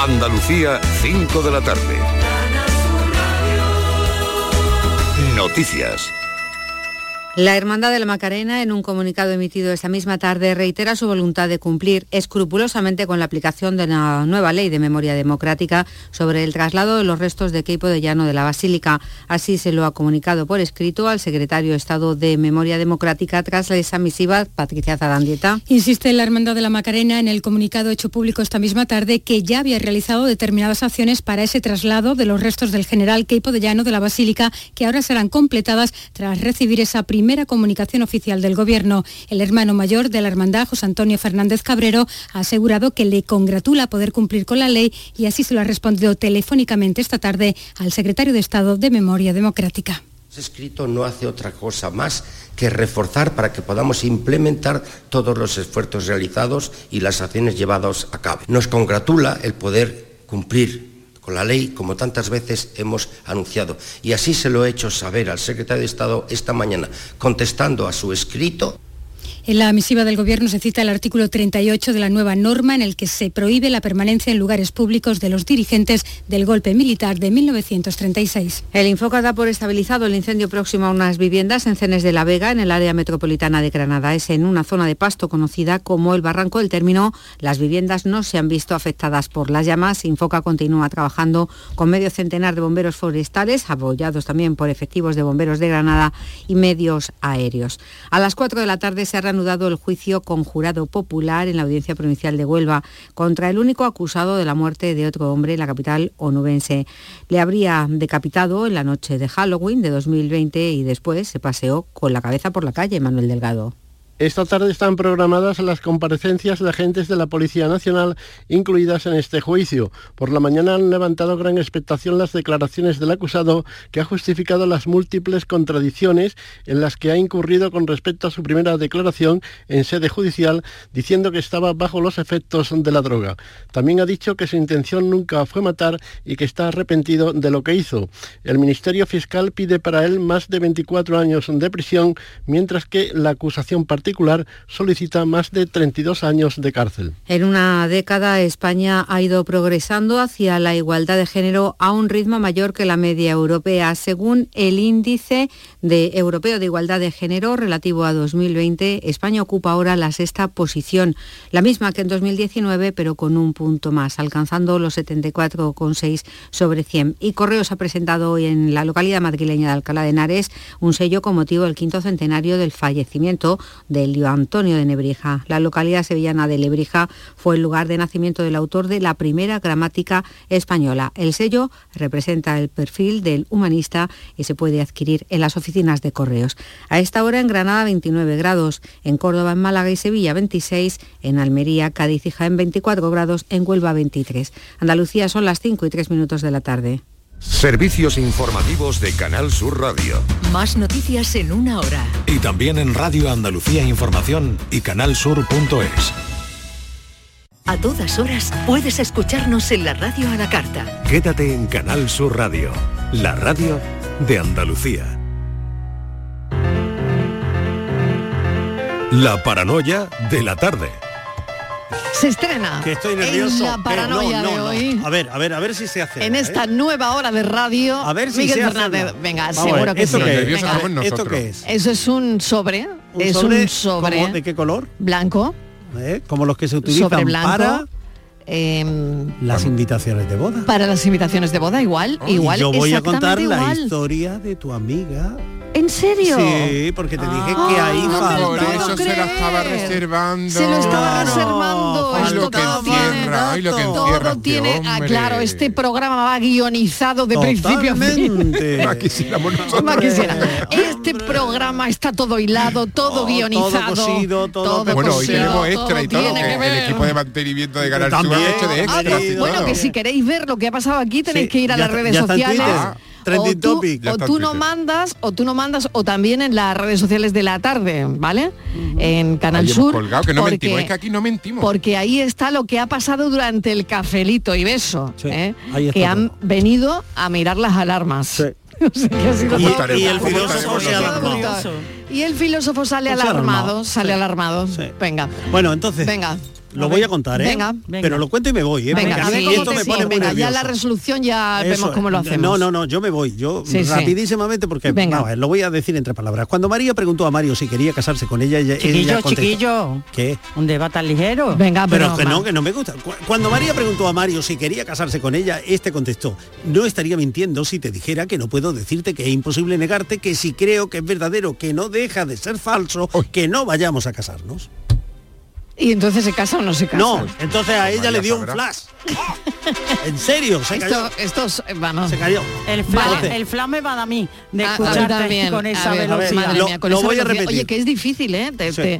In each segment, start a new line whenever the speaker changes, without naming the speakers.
Andalucía, 5 de la tarde. Noticias.
La Hermandad de la Macarena, en un comunicado emitido esta misma tarde, reitera su voluntad de cumplir escrupulosamente con la aplicación de la nueva ley de memoria democrática sobre el traslado de los restos de Queipo de Llano de la Basílica. Así se lo ha comunicado por escrito al secretario de Estado de Memoria Democrática tras esa misiva, Patricia Zarandieta.
Insiste la Hermandad de la Macarena en el comunicado hecho público esta misma tarde que ya había realizado determinadas acciones para ese traslado de los restos del general Queipo de Llano de la Basílica, que ahora serán completadas tras recibir esa primera comunicación oficial del Gobierno. El hermano mayor de la Hermandad, José Antonio Fernández Cabrero, ha asegurado que le congratula poder cumplir con la ley y así se lo ha respondido telefónicamente esta tarde al secretario de Estado de Memoria Democrática.
Ese escrito no hace otra cosa más que reforzar para que podamos implementar todos los esfuerzos realizados y las acciones llevadas a cabo. Nos congratula el poder cumplir con la ley, como tantas veces hemos anunciado. Y así se lo he hecho saber al secretario de Estado esta mañana, contestando a su escrito.
En la misiva del Gobierno se cita el artículo 38 de la nueva norma en el que se prohíbe la permanencia en lugares públicos de los dirigentes del golpe militar de 1936.
El Infoca da por estabilizado el incendio próximo a unas viviendas en Cenes de la Vega, en el área metropolitana de Granada. Es en una zona de pasto conocida como el Barranco del Término. Las viviendas no se han visto afectadas por las llamas. Infoca continúa trabajando con medio centenar de bomberos forestales, apoyados también por efectivos de bomberos de Granada y medios aéreos. A las 4 de la tarde se ha reanudado el juicio con jurado popular en la Audiencia Provincial de Huelva contra el único acusado de la muerte de otro hombre en la capital onubense. Le habría decapitado en la noche de Halloween de 2020 y después se paseó con la cabeza por la calle. Manuel Delgado.
Esta tarde están programadas las comparecencias de agentes de la Policía Nacional incluidas en este juicio. Por la mañana han levantado gran expectación las declaraciones del acusado, que ha justificado las múltiples contradicciones en las que ha incurrido con respecto a su primera declaración en sede judicial, diciendo que estaba bajo los efectos de la droga. También ha dicho que su intención nunca fue matar y que está arrepentido de lo que hizo. El Ministerio Fiscal pide para él más de 24 años de prisión, mientras que la acusación particular solicita más de 32 años de cárcel.
En una década, España ha ido progresando hacia la igualdad de género a un ritmo mayor que la media europea. Según el índice europeo de igualdad de género relativo a 2020, España ocupa ahora la 6ª posición, la misma que en 2019, pero con un punto más, alcanzando los 74,6 sobre 100. Y Correos ha presentado hoy en la localidad madrileña de Alcalá de Henares un sello con motivo del 5º centenario del fallecimiento de Elio Antonio de Nebrija. La localidad sevillana de Lebrija fue el lugar de nacimiento del autor de la primera gramática española. El sello representa el perfil del humanista y se puede adquirir en las oficinas de Correos. A esta hora en Granada 29 grados, en Córdoba, en Málaga y Sevilla 26, en Almería, Cádiz y Jaén 24 grados, en Huelva 23. Andalucía son las 5:03 de la tarde.
Servicios informativos de Canal Sur Radio.
Más noticias en una hora.
Y también en Radio Andalucía Información y canalsur.es.
A todas horas puedes escucharnos en la radio a la carta.
Quédate en Canal Sur Radio, la radio de Andalucía. La paranoia de la tarde.
Se estrena.
Que estoy nervioso.
En la paranoia de hoy.
A ver si se hace.
En esta nueva hora de radio.
A ver si
Miguel
se
Fernández.
hace.
Venga,
Vamos
seguro que sí.
¿Esto qué es?
Eso es un sobre.
¿Un sobre? ¿De qué color?
Blanco.
Como los que se utilizan
sobre blanco,
para las invitaciones de boda.
Para las invitaciones de boda, igual.
Y yo voy a contar
igual.
la historia de tu amiga.
¿En serio?
Sí, porque te dije que ahí falta.
Por eso se la estaba reservando.
Se lo estaba reservando.
Ay, lo que encierra, ay, lo que encierra.
Todo tiene, claro, este programa va guionizado de principio a fin.
Más quisiéramos nosotros.
Más quisiera. Este programa está todo hilado, todo guionizado.
Todo cosido, todo
bueno, hoy
cosido,
tenemos extra y todo,
tiene
que el equipo de mantenimiento de Canal Sur ha hecho de extra.
Bueno, que si queréis ver lo que ha pasado aquí tenéis que ir a las redes sociales.
Trending topic.
O tú no mandas, o también en las redes sociales de la tarde, ¿vale? En Canal Sur.
Colgado, que no mentimos, es que aquí no mentimos.
Porque ahí está lo que ha pasado durante el cafelito y beso, que han venido a mirar las alarmas. Sí. O sea, que ha sido
y el filósofo se ha alarmado.
Y el filósofo sale alarmado. Sí. Venga.
Bueno, entonces.
Venga.
Lo voy a contar, ¿eh?
Venga.
Pero lo cuento y me voy, ¿eh?
Venga, a ver cómo te sigue. Venga, ya la resolución ya vemos cómo lo hacemos.
No, yo me voy. Yo rapidísimamente porque lo voy a decir entre palabras. Cuando María preguntó a Mario si quería casarse con ella, ella contestó,
chiquillo.
¿Qué?
Un debate tan ligero.
Venga,
pero que no me gusta. Cuando María preguntó a Mario si quería casarse con ella, este contestó: no estaría mintiendo si te dijera que no puedo decirte que es imposible negarte que si creo que es verdadero, que no deja de ser falso, que no vayamos a casarnos.
¿Y entonces se casa o no se casa?
No, entonces a ella le dio un flash. En serio, se cayó. Se cayó.
El flash me va a mí de escucharte con esa velocidad.
Lo voy a repetir.
Oye, que es difícil, ¿eh?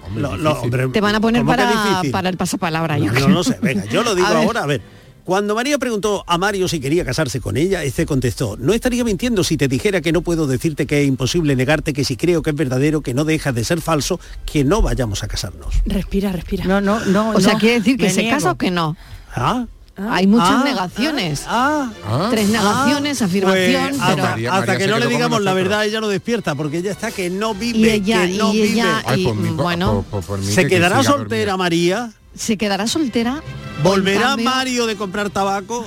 Te van a poner para el pasapalabra.
No sé, venga, yo lo digo ahora, a ver. Cuando María preguntó a Mario si quería casarse con ella, este contestó: no estaría mintiendo si te dijera que no puedo decirte que es imposible negarte que si creo que es verdadero, que no deja de ser falso, que no vayamos a casarnos.
Respira. No.
O sea, quiere decir que se casa o que no. Hay muchas negaciones. 3 negaciones, afirmación,
pues,
pero
hasta que no le digamos la verdad, ella no despierta, porque ella está que no vive,
y ella,
que no vive.
Bueno,
¿se quedará soltera María?
¿Se quedará soltera?
¿Volverá Mario de comprar tabaco?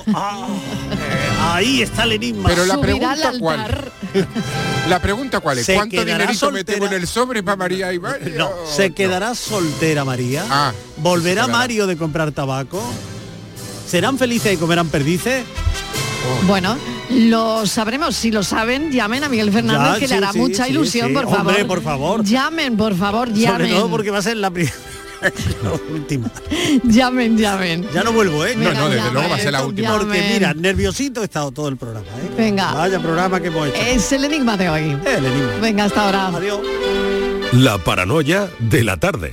Ahí está el enigma.
Pero la pregunta cuál. La pregunta cuál es: ¿cuánto dinerito metemos en el sobre para María y Mario?
No, ¿se quedará soltera María? ¿Volverá Mario de comprar tabaco? ¿Serán felices y comerán perdices?
Bueno, lo sabremos. Si lo saben, llamen a Miguel Fernández, que le hará mucha ilusión, por favor.
Hombre, por favor.
Llamen, por favor, llamen.
Sobre todo porque va a ser la última.
Llamen.
Ya no vuelvo, ¿eh?
No, desde luego va a ser la última.
Porque mira, nerviosito he estado todo el programa, ¿eh?
Venga.
Vaya programa que hemos hecho.
Es el enigma de hoy.
El enigma.
Venga, hasta ahora.
Adiós.
La paranoia de la tarde.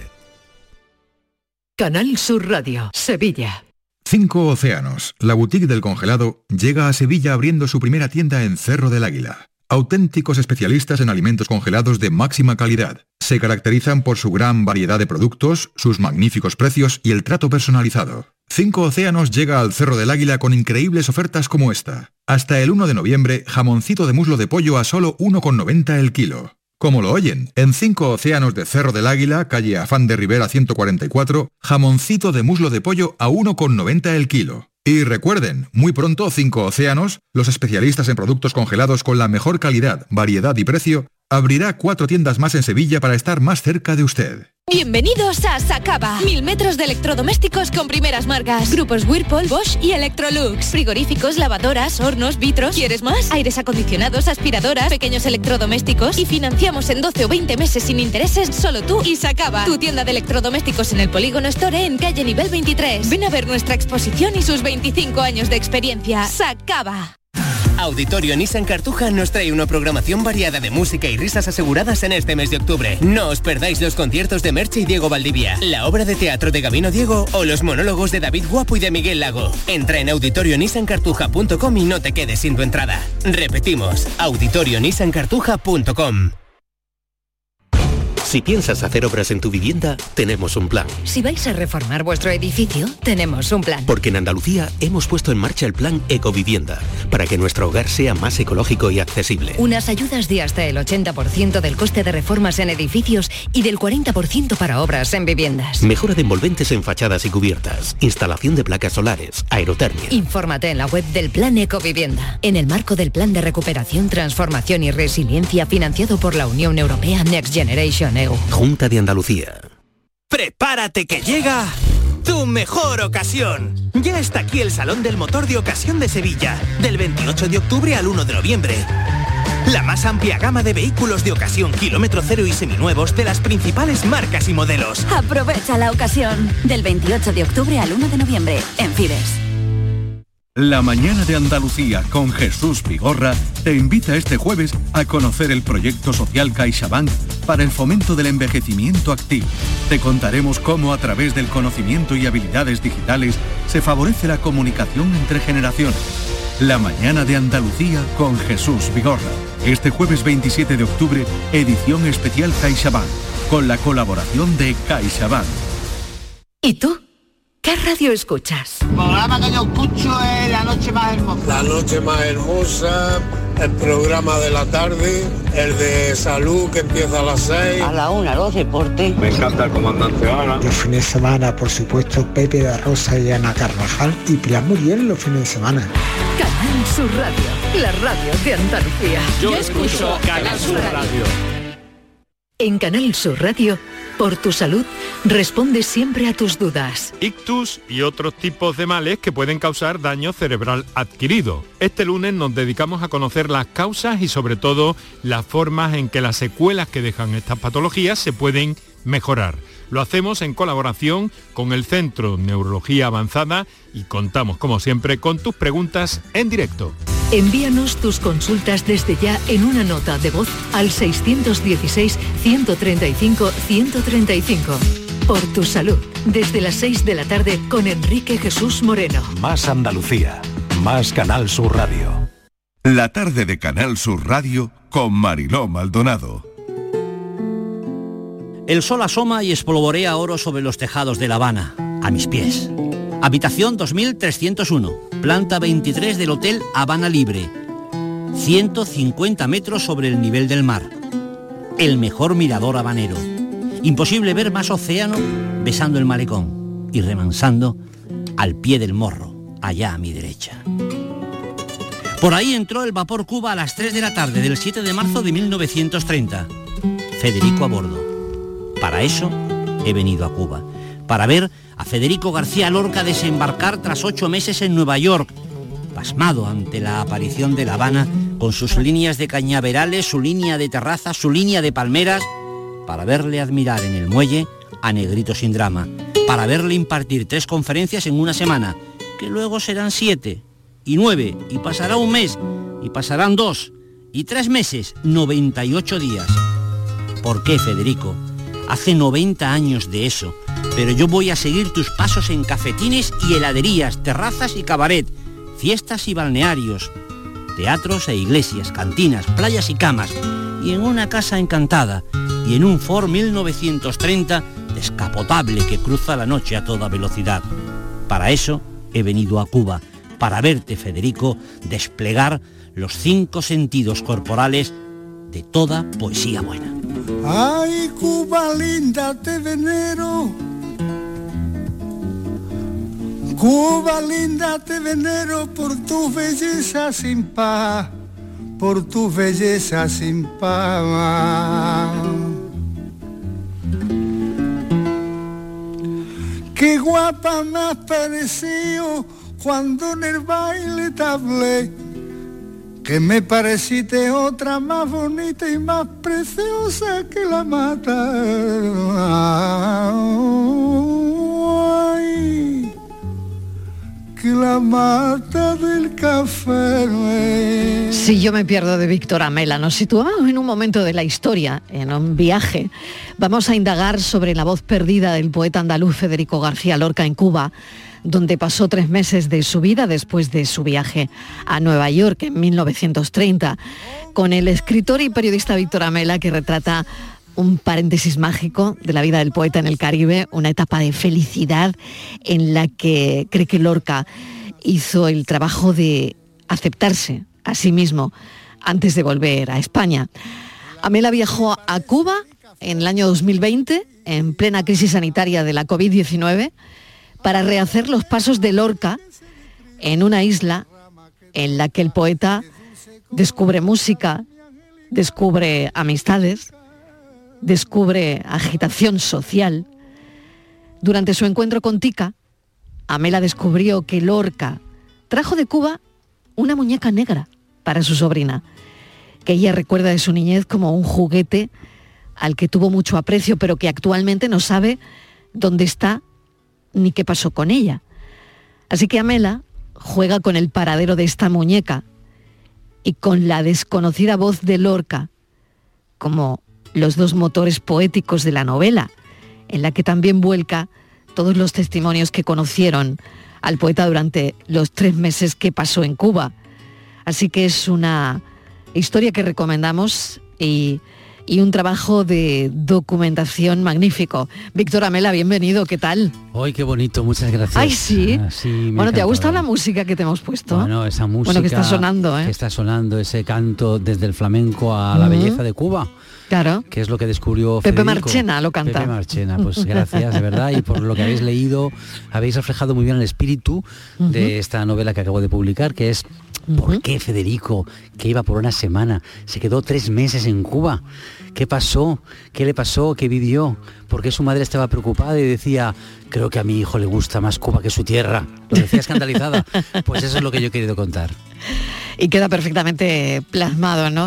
Canal Sur Radio, Sevilla.
5 Océanos, la boutique del congelado, llega a Sevilla abriendo su primera tienda en Cerro del Águila. Auténticos especialistas en alimentos congelados de máxima calidad. Se caracterizan por su gran variedad de productos, sus magníficos precios y el trato personalizado. 5 Océanos llega al Cerro del Águila con increíbles ofertas como esta. Hasta el 1 de noviembre, jamoncito de muslo de pollo a solo 1,90 el kilo. Como lo oyen, en 5 Océanos de Cerro del Águila, calle Afán de Rivera 144, jamoncito de muslo de pollo a 1,90 el kilo. Y recuerden, muy pronto 5 Océanos, los especialistas en productos congelados con la mejor calidad, variedad y precio, abrirá 4 tiendas más en Sevilla para estar más cerca de usted.
Bienvenidos a Sacaba. 1000 metros de electrodomésticos con primeras marcas. Grupos Whirlpool, Bosch y Electrolux. Frigoríficos, lavadoras, hornos, vitros. ¿Quieres más? Aires acondicionados, aspiradoras, pequeños electrodomésticos. Y financiamos en 12 o 20 meses sin intereses, solo tú y Sacaba. Tu tienda de electrodomésticos en el Polígono Store en calle Nivel 23. Ven a ver nuestra exposición y sus 25 años de experiencia. Sacaba.
Auditorio Nissan Cartuja nos trae una programación variada de música y risas aseguradas en este mes de octubre. No os perdáis los conciertos de Merche y Diego Valdivia, la obra de teatro de Gabino Diego o los monólogos de David Guapo y de Miguel Lago. Entra en auditorionissancartuja.com y no te quedes sin tu entrada. Repetimos, auditorionissancartuja.com.
Si piensas hacer obras en tu vivienda, tenemos un plan.
Si vais a reformar vuestro edificio, tenemos un plan.
Porque en Andalucía hemos puesto en marcha el plan Ecovivienda, para que nuestro hogar sea más ecológico y accesible.
Unas ayudas de hasta el 80% del coste de reformas en edificios y del 40% para obras en viviendas.
Mejora de envolventes en fachadas y cubiertas, instalación de placas solares, aerotermia.
Infórmate en la web del plan Ecovivienda, en el marco del Plan de Recuperación, Transformación y Resiliencia financiado por la Unión Europea Next Generation EU.
Junta de Andalucía.
¡Prepárate que llega tu mejor ocasión! Ya está aquí el Salón del Motor de Ocasión de Sevilla, del 28 de octubre al 1 de noviembre. La más amplia gama de vehículos de ocasión kilómetro cero y seminuevos de las principales marcas y modelos.
Aprovecha la ocasión, del 28 de octubre al 1 de noviembre, en Fides.
La mañana de Andalucía con Jesús Vigorra te invita este jueves a conocer el proyecto social CaixaBank para el fomento del envejecimiento activo. Te contaremos cómo a través del conocimiento y habilidades digitales se favorece la comunicación entre generaciones. La mañana de Andalucía con Jesús Vigorra. Este jueves 27 de octubre, edición especial CaixaBank, con la colaboración de CaixaBank.
¿Y tú? ¿Qué radio escuchas?
El programa que yo escucho es La Noche Más Hermosa.
La Noche Más Hermosa
el programa de la tarde, el de salud que empieza a las 6.
A la 1, los deportes.
Me encanta el comandante Ana.
Los fines de semana, por supuesto, Pepe da Rosa y Ana Carvajal y Pilar Muriel los fines de semana.
Canal Sur Radio, la radio de Andalucía.
Yo escucho Canal Sur Radio.
En Canal Sur Radio, por tu salud, responde siempre a tus dudas.
Ictus y otros tipos de males que pueden causar daño cerebral adquirido. Este lunes nos dedicamos a conocer las causas y sobre todo las formas en que las secuelas que dejan estas patologías se pueden mejorar. Lo hacemos en colaboración con el Centro Neurología Avanzada y contamos, como siempre, con tus preguntas en directo.
Envíanos tus consultas desde ya en una nota de voz al 616-135-135. Por tu salud, desde las 6 de la tarde con Enrique Jesús Moreno.
Más Andalucía, más Canal Sur Radio.
La tarde de Canal Sur Radio con Mariló Maldonado.
El sol asoma y espolvorea oro sobre los tejados de La Habana, a mis pies. Habitación 2301, planta 23 del Hotel Habana Libre. 150 metros sobre el nivel del mar. El mejor mirador habanero. Imposible ver más océano besando el malecón y remansando al pie del Morro, allá a mi derecha. Por ahí entró el vapor Cuba a las 3 de la tarde del 7 de marzo de 1930. Federico a bordo. Para eso he venido a Cuba, para ver a Federico García Lorca desembarcar tras 8 meses en Nueva York, pasmado ante la aparición de La Habana, con sus líneas de cañaverales, su línea de terrazas, su línea de palmeras, para verle admirar en el muelle a Negrito sin drama, para verle impartir 3 conferencias en una semana, que luego serán 7 y 9, y pasará un mes, y pasarán 2 y 3 meses, 98 días. ¿Por qué, Federico? Hace 90 años de eso, pero yo voy a seguir tus pasos en cafetines y heladerías, terrazas y cabaret, fiestas y balnearios, teatros e iglesias, cantinas, playas y camas, y en una casa encantada, y en un Ford 1930 descapotable que cruza la noche a toda velocidad. Para eso he venido a Cuba, para verte, Federico, desplegar los 5 sentidos corporales de toda poesía buena.
Ay, Cuba linda, te venero. Cuba linda, te venero por tu belleza sin par, por tu belleza sin par. Qué guapa me has parecido cuando en el baile te hablé, que me pareciste otra más bonita y más preciosa que la mata. Ay, que la mata del café.
Si yo me pierdo de Víctor Amela, nos situamos en un momento de la historia, en un viaje. Vamos a indagar sobre la voz perdida del poeta andaluz Federico García Lorca en Cuba, donde pasó 3 meses de su vida después de su viaje a Nueva York en 1930, con el escritor y periodista Víctor Amela, que retrata un paréntesis mágico de la vida del poeta en el Caribe, una etapa de felicidad en la que cree que Lorca hizo el trabajo de aceptarse a sí mismo antes de volver a España. Amela viajó a Cuba en el año 2020, en plena crisis sanitaria de la COVID-19, para rehacer los pasos de Lorca en una isla en la que el poeta descubre música, descubre amistades, descubre agitación social. Durante su encuentro con Tica, Amela descubrió que Lorca trajo de Cuba una muñeca negra para su sobrina, que ella recuerda de su niñez como un juguete al que tuvo mucho aprecio, pero que actualmente no sabe dónde está ni qué pasó con ella. Así que Amela juega con el paradero de esta muñeca y con la desconocida voz de Lorca como los 2 motores poéticos de la novela, en la que también vuelca todos los testimonios que conocieron al poeta durante los 3 meses que pasó en Cuba. Así que es una historia que recomendamos y y un trabajo de documentación magnífico. Víctor Amela, bienvenido, ¿qué tal?
¡Ay, qué bonito! Muchas gracias.
¡Ay, sí!
Bueno,
¿te ha gustado la música que te hemos puesto?
Bueno, esa música...
que está sonando, ¿eh?
Que está sonando, ese canto desde el flamenco a la belleza de Cuba.
Claro.
Que es lo que descubrió
Pepe
Federico.
Marchena lo canta.
Pepe Marchena, pues gracias, de verdad, y por lo que habéis leído, habéis reflejado muy bien el espíritu de esta novela que acabo de publicar, que es ¿por qué Federico, que iba por una semana, se quedó 3 meses en Cuba? ¿Qué pasó? ¿Qué le pasó? ¿Qué vivió? ¿Por qué su madre estaba preocupada y decía, creo que a mi hijo le gusta más Cuba que su tierra? Lo decía escandalizada. Pues eso es lo que yo he querido contar.
Y queda perfectamente plasmado, ¿no?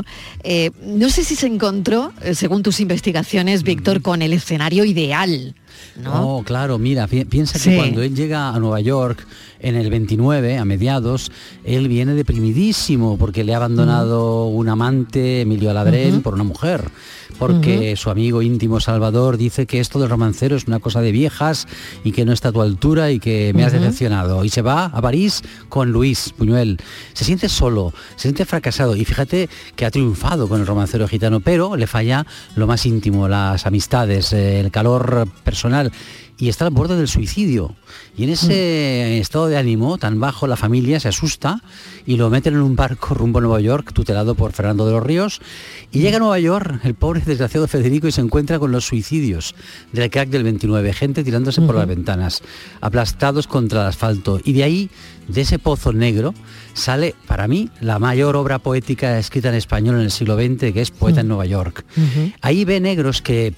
No sé si se encontró, según tus investigaciones, Víctor, con el escenario ideal, ¿no?
Oh, claro, mira, piensa que cuando él llega a Nueva York en el 29, a mediados, él viene deprimidísimo porque le ha abandonado un amante, Emilio Aladrén, por una mujer. Porque su amigo íntimo Salvador dice que esto del romancero es una cosa de viejas y que no está a tu altura y que me has decepcionado. Y se va a París con Luis Buñuel. Se siente solo, se siente fracasado. Y fíjate que ha triunfado con el romancero gitano, pero le falla lo más íntimo, las amistades, el calor personal. Y está al borde del suicidio. Y en ese estado de ánimo tan bajo, la familia se asusta y lo meten en un barco rumbo a Nueva York, tutelado por Fernando de los Ríos. Y llega a Nueva York el pobre desgraciado Federico y se encuentra con los suicidios del crack del 29. Gente tirándose por las ventanas, aplastados contra el asfalto. Y de ahí, de ese pozo negro, sale, para mí, la mayor obra poética escrita en español en el siglo XX, que es Poeta en Nueva York. Ahí ve negros que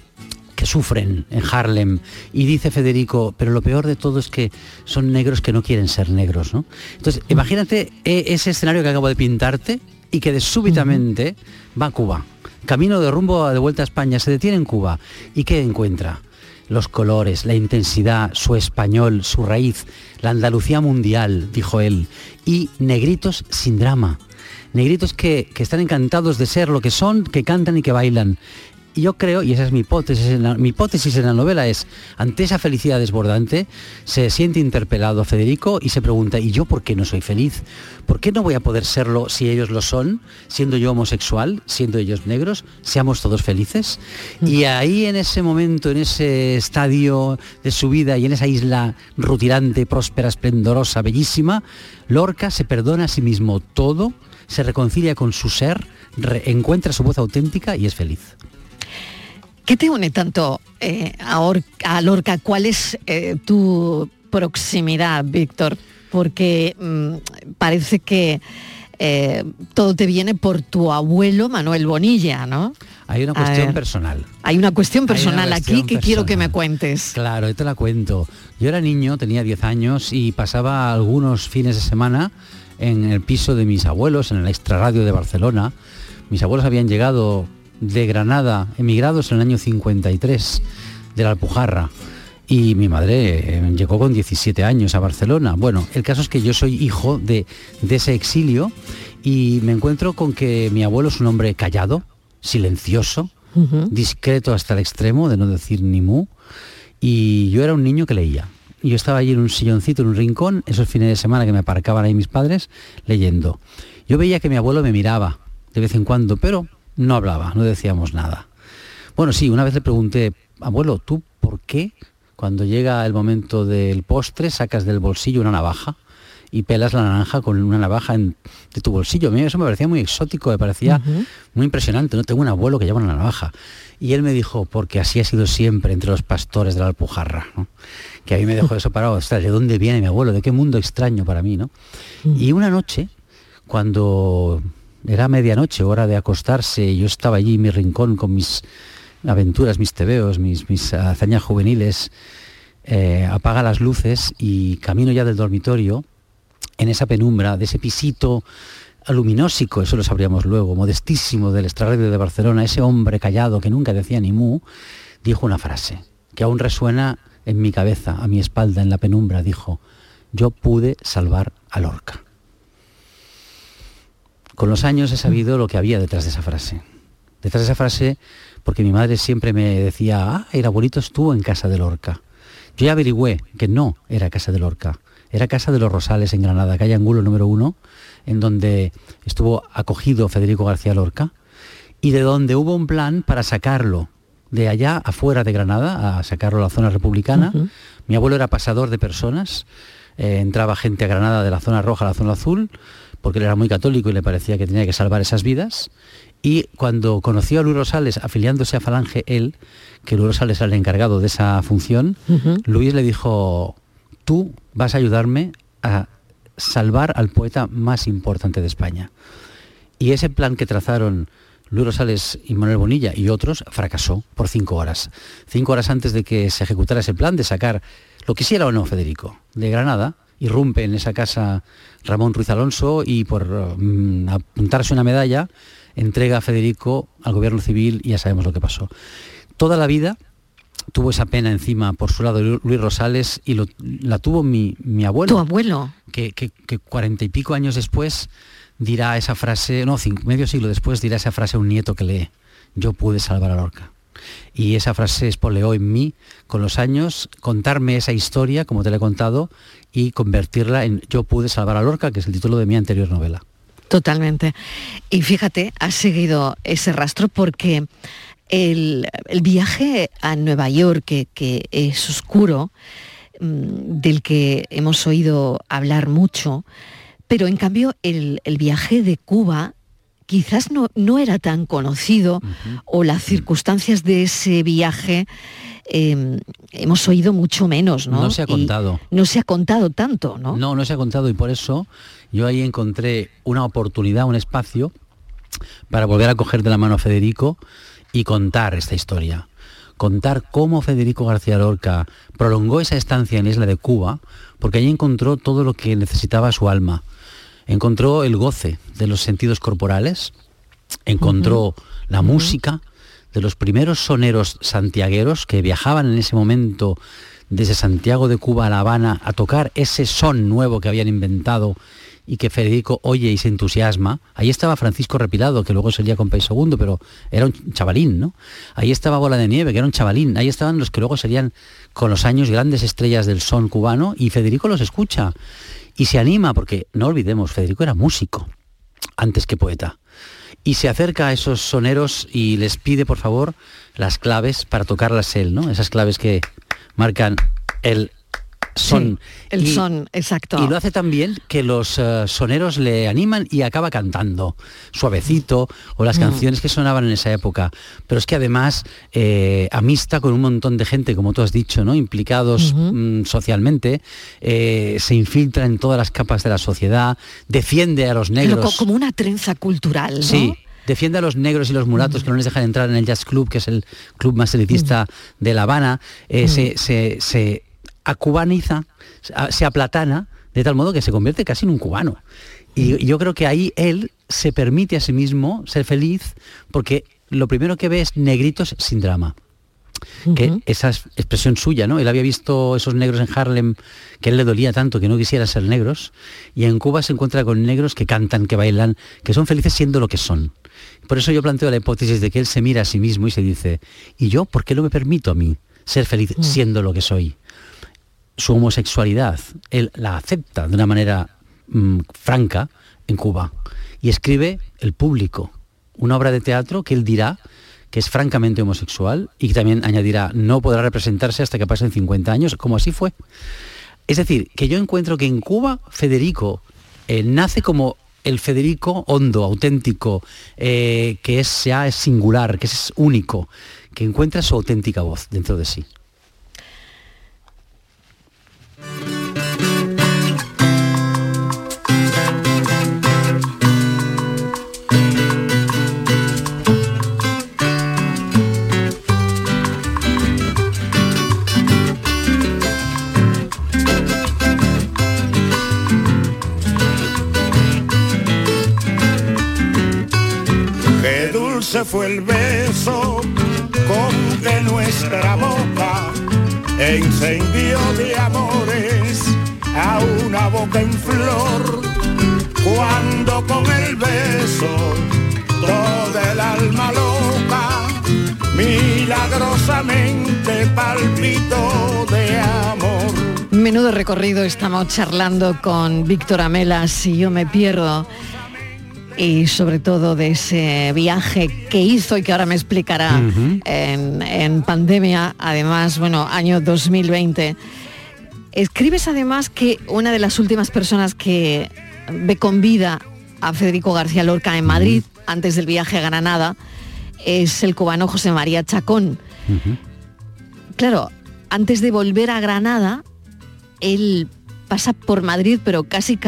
sufren en Harlem y dice Federico, pero lo peor de todo es que son negros que no quieren ser negros, ¿no? Entonces, imagínate ese escenario que acabo de pintarte y que de súbitamente va a Cuba. Camino de rumbo de vuelta a España, se detiene en Cuba. ¿Y qué encuentra? Los colores, la intensidad, su español, su raíz, la Andalucía mundial, dijo él, y negritos sin drama. Negritos que están encantados de ser lo que son, que cantan y que bailan. Y yo creo, y esa es mi hipótesis en la novela, es, ante esa felicidad desbordante, se siente interpelado Federico y se pregunta, ¿y yo por qué no soy feliz? ¿Por qué no voy a poder serlo si ellos lo son? Siendo yo homosexual, siendo ellos negros, seamos todos felices. Y ahí, en ese momento, en ese estadio de su vida y en esa isla rutilante, próspera, esplendorosa, bellísima, Lorca se perdona a sí mismo todo, se reconcilia con su ser, encuentra su voz auténtica y es feliz.
¿Qué te une tanto a Lorca? ¿Cuál es tu proximidad, Víctor? Porque parece que todo te viene por tu abuelo Manuel Bonilla, ¿no?
Hay una cuestión personal.
Hay una cuestión personal aquí que quiero que me cuentes.
Claro, yo te la cuento. Yo era niño, tenía 10 años y pasaba algunos fines de semana en el piso de mis abuelos, en el extrarradio de Barcelona. Mis abuelos habían llegado de Granada, emigrados en el año 53, de la Alpujarra, y mi madre llegó con 17 años a Barcelona. Bueno, el caso es que yo soy hijo de ese exilio y me encuentro con que mi abuelo es un hombre callado, silencioso, discreto hasta el extremo de no decir ni mu, y yo era un niño que leía. Y yo estaba allí en un silloncito, en un rincón, esos fines de semana que me aparcaban ahí mis padres, leyendo. Yo veía que mi abuelo me miraba de vez en cuando, pero no hablaba, no decíamos nada. Bueno, sí, una vez le pregunté, abuelo, ¿tú por qué cuando llega el momento del postre sacas del bolsillo una navaja y pelas la naranja con una navaja de tu bolsillo? A mí eso me parecía muy exótico, me parecía muy impresionante. No tengo un abuelo que lleva una navaja. Y él me dijo, porque así ha sido siempre entre los pastores de la Alpujarra, ¿no? Que a mí me dejó eso parado. Ostras, ¿de dónde viene mi abuelo? ¿De qué mundo extraño para mí, no? Y una noche, cuando era medianoche, hora de acostarse, y yo estaba allí en mi rincón con mis aventuras, mis tebeos, mis hazañas juveniles, apaga las luces y camino ya del dormitorio, en esa penumbra, de ese pisito aluminósico, eso lo sabríamos luego, modestísimo, del extrarradio de Barcelona, ese hombre callado que nunca decía ni mu, dijo una frase que aún resuena en mi cabeza, a mi espalda, en la penumbra. Dijo, yo pude salvar a Lorca. Con los años he sabido lo que había detrás de esa frase. Detrás de esa frase, porque mi madre siempre me decía, el abuelito estuvo en casa de Lorca. Yo ya averigüé que no era casa de Lorca, era casa de los Rosales en Granada, calle Angulo número 1, en donde estuvo acogido Federico García Lorca. y de donde hubo un plan para sacarlo de allá afuera de Granada, a sacarlo a la zona republicana. Mi abuelo era pasador de personas, entraba gente a Granada de la zona roja a la zona azul, porque él era muy católico y le parecía que tenía que salvar esas vidas. Y cuando conoció a Luis Rosales, afiliándose a Falange, él, que Luis Rosales era el encargado de esa función, Luis le dijo: tú vas a ayudarme a salvar al poeta más importante de España. Y ese plan que trazaron Luis Rosales y Manuel Bonilla y otros fracasó por 5 horas. 5 horas antes de que se ejecutara ese plan de sacar, lo quisiera o no Federico, de Granada, irrumpe en esa casa Ramón Ruiz Alonso y por apuntarse una medalla entrega a Federico al gobierno civil y ya sabemos lo que pasó. Toda la vida tuvo esa pena encima por su lado Luis Rosales y la tuvo mi abuelo.
¿Tu abuelo?
Que 40 y pico años después dirá esa frase, no, medio siglo después dirá esa frase a un nieto que lee: yo pude salvar a Lorca. Y esa frase espoleó en mí con los años, contarme esa historia, como te la he contado, y convertirla en Yo pude salvar a Lorca, que es el título de mi anterior novela.
Totalmente. Y fíjate, has seguido ese rastro porque el viaje a Nueva York, que es oscuro, del que hemos oído hablar mucho, pero en cambio el viaje de Cuba quizás no era tan conocido, o las circunstancias de ese viaje hemos oído mucho menos, ¿no?
No se ha contado.
No se ha contado tanto, ¿no?
No se ha contado, y por eso yo ahí encontré una oportunidad, un espacio para volver a coger de la mano a Federico y contar esta historia. Contar cómo Federico García Lorca prolongó esa estancia en la isla de Cuba, porque allí encontró todo lo que necesitaba su alma. Encontró el goce de los sentidos corporales, encontró la música de los primeros soneros santiagueros que viajaban en ese momento desde Santiago de Cuba a La Habana a tocar ese son nuevo que habían inventado y que Federico oye y se entusiasma. Ahí estaba Francisco Repilado, que luego sería Compay Segundo, pero era un chavalín, ¿no? Ahí estaba Bola de Nieve, que era un chavalín. Ahí estaban los que luego serían, con los años, grandes estrellas del son cubano, y Federico los escucha y se anima, porque no olvidemos, Federico era músico antes que poeta, y se acerca a esos soneros y les pide por favor las claves para tocarlas él, ¿no? Esas claves que marcan el son.
Sí, el son, exacto.
Y lo hace tan bien que los soneros le animan y acaba cantando suavecito, o las canciones que sonaban en esa época. Pero es que además amista con un montón de gente, como tú has dicho, ¿no? Implicados socialmente, se infiltra en todas las capas de la sociedad, defiende a los negros.
Pero como una trenza cultural, ¿no?
Sí. Defiende a los negros y los mulatos que no les dejan entrar en el Jazz Club, que es el club más elitista de La Habana. Se acubaniza, se aplatana, de tal modo que se convierte casi en un cubano. Y yo creo que ahí él se permite a sí mismo ser feliz, porque lo primero que ve es negritos sin drama. Que esa es expresión suya, ¿no? Él había visto esos negros en Harlem, que a él le dolía tanto que no quisiera ser negros, y en Cuba se encuentra con negros que cantan, que bailan, que son felices siendo lo que son. Por eso yo planteo la hipótesis de que él se mira a sí mismo y se dice: ¿y yo por qué no me permito a mí ser feliz siendo lo que soy? Su homosexualidad, él la acepta de una manera franca en Cuba, y escribe El Público, una obra de teatro que él dirá que es francamente homosexual, y que también añadirá no podrá representarse hasta que pasen 50 años, como así fue. Es decir, que yo encuentro que en Cuba Federico nace como el Federico hondo, auténtico, que es singular, que es único, que encuentra su auténtica voz dentro de sí.
Fue el beso con que nuestra boca encendió de amores a una boca en flor, cuando con el beso toda el alma loca milagrosamente palpitó de amor.
Menudo recorrido estamos charlando con Víctor Amela, Si yo me pierdo. y sobre todo de ese viaje que hizo y que ahora me explicará en pandemia, además, bueno, año 2020. Escribes además que una de las últimas personas que ve con vida a Federico García Lorca en Madrid, antes del viaje a Granada, es el cubano José María Chacón. Claro, antes de volver a Granada, él pasa por Madrid, pero casi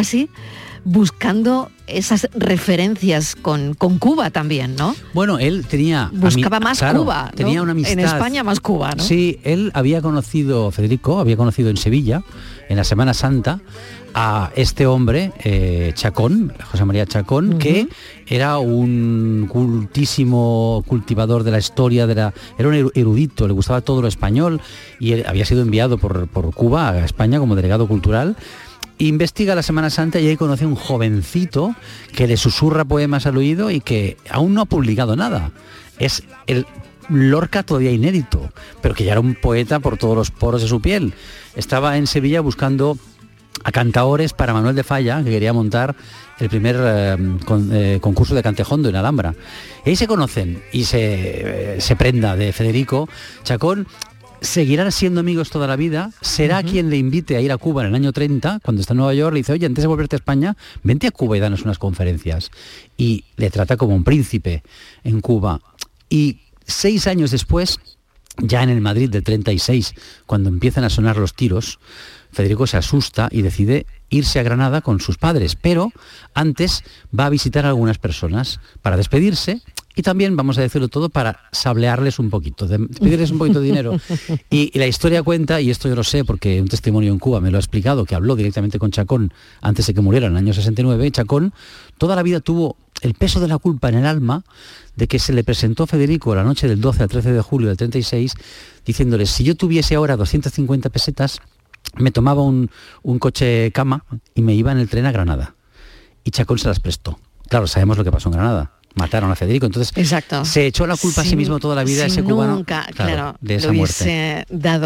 buscando esas referencias con Cuba también, ¿no?
Bueno, él buscaba
más
claro,
Cuba, ¿no?
Tenía una amistad.
En España más Cuba, ¿no?
Sí, él Federico había conocido en Sevilla, en la Semana Santa, a este hombre, Chacón, José María Chacón, que era un cultísimo cultivador de la historia, era un erudito, le gustaba todo lo español y él había sido enviado por Cuba a España como delegado cultural. Investiga la Semana Santa y ahí conoce a un jovencito que le susurra poemas al oído y que aún no ha publicado nada. Es el Lorca todavía inédito, pero que ya era un poeta por todos los poros de su piel. Estaba en Sevilla buscando a cantaores para Manuel de Falla, que quería montar el primer concurso de cantejondo en Alhambra. Y ahí se conocen y se prenda de Federico Chacón. Seguirán siendo amigos toda la vida. Será quien le invite a ir a Cuba en el año 30, cuando está en Nueva York, le dice, oye, antes de volverte a España, vente a Cuba y danos unas conferencias. Y le trata como un príncipe en Cuba. Y 6 años después, ya en el Madrid del 36, cuando empiezan a sonar los tiros, Federico se asusta y decide irse a Granada con sus padres, pero antes va a visitar a algunas personas para despedirse y también, vamos a decirlo todo, para sablearles un poquito, pedirles un poquito de dinero. Y la historia cuenta, y esto yo lo sé porque un testimonio en Cuba me lo ha explicado, que habló directamente con Chacón antes de que muriera en el año 69, y Chacón toda la vida tuvo el peso de la culpa en el alma de que se le presentó a Federico la noche del 12 al 13 de julio del 36, diciéndole, si yo tuviese ahora 250 pesetas, me tomaba un coche cama y me iba en el tren a Granada. Y Chacón se las prestó. Claro, sabemos lo que pasó en Granada. Mataron a Federico, entonces se echó la culpa a sí mismo toda la vida ese cubano.
Nunca,
de esa
muerte.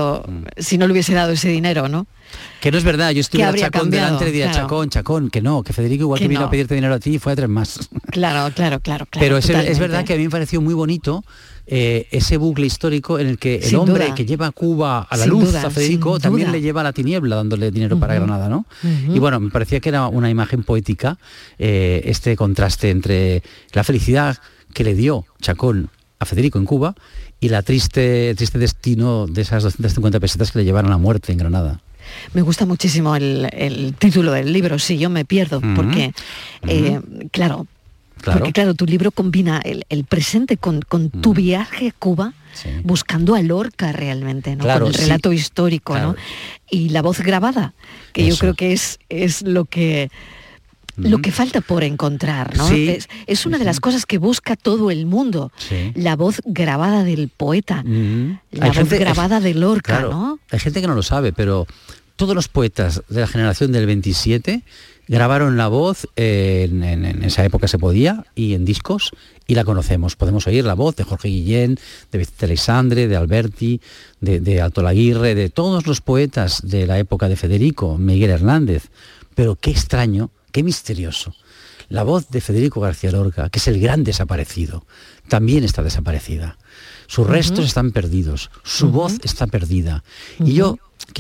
Si no le hubiese dado ese dinero, ¿no?
Que no es verdad, yo estuve a Chacón delante y diría,
claro.
Chacón, que no, que Federico igual que vino a pedirte dinero a ti fue a 3 más.
Claro.
Pero es verdad que a mí me pareció muy bonito ese bucle histórico en el que el hombre que lleva a Cuba a la luz, a Federico, también le lleva a la tiniebla dándole dinero para Granada, ¿no? Y bueno, me parecía que era una imagen poética este contraste entre la felicidad que le dio Chacón a Federico en Cuba y la triste destino de esas 250 pesetas que le llevaron a la muerte en Granada.
Me gusta muchísimo el título del libro, Si yo me pierdo, porque, claro, tu libro combina el presente con tu viaje a Cuba, buscando a Lorca realmente, ¿no? Con el relato histórico, ¿no? Y la voz grabada, que yo creo que es lo que falta por encontrar, ¿no? Es una de las cosas que busca todo el mundo, la voz grabada del poeta, la voz grabada de Lorca, ¿no?
Hay gente que no lo sabe, pero todos los poetas de la generación del 27 grabaron la voz, en esa época se podía, y en discos, y la conocemos. Podemos oír la voz de Jorge Guillén, de Vicente Aleixandre, de Alberti, de Alto Laguirre, de todos los poetas de la época de Federico, Miguel Hernández. Pero qué extraño, qué misterioso. La voz de Federico García Lorca, que es el gran desaparecido, también está desaparecida. Sus restos están perdidos, su voz está perdida. Y yo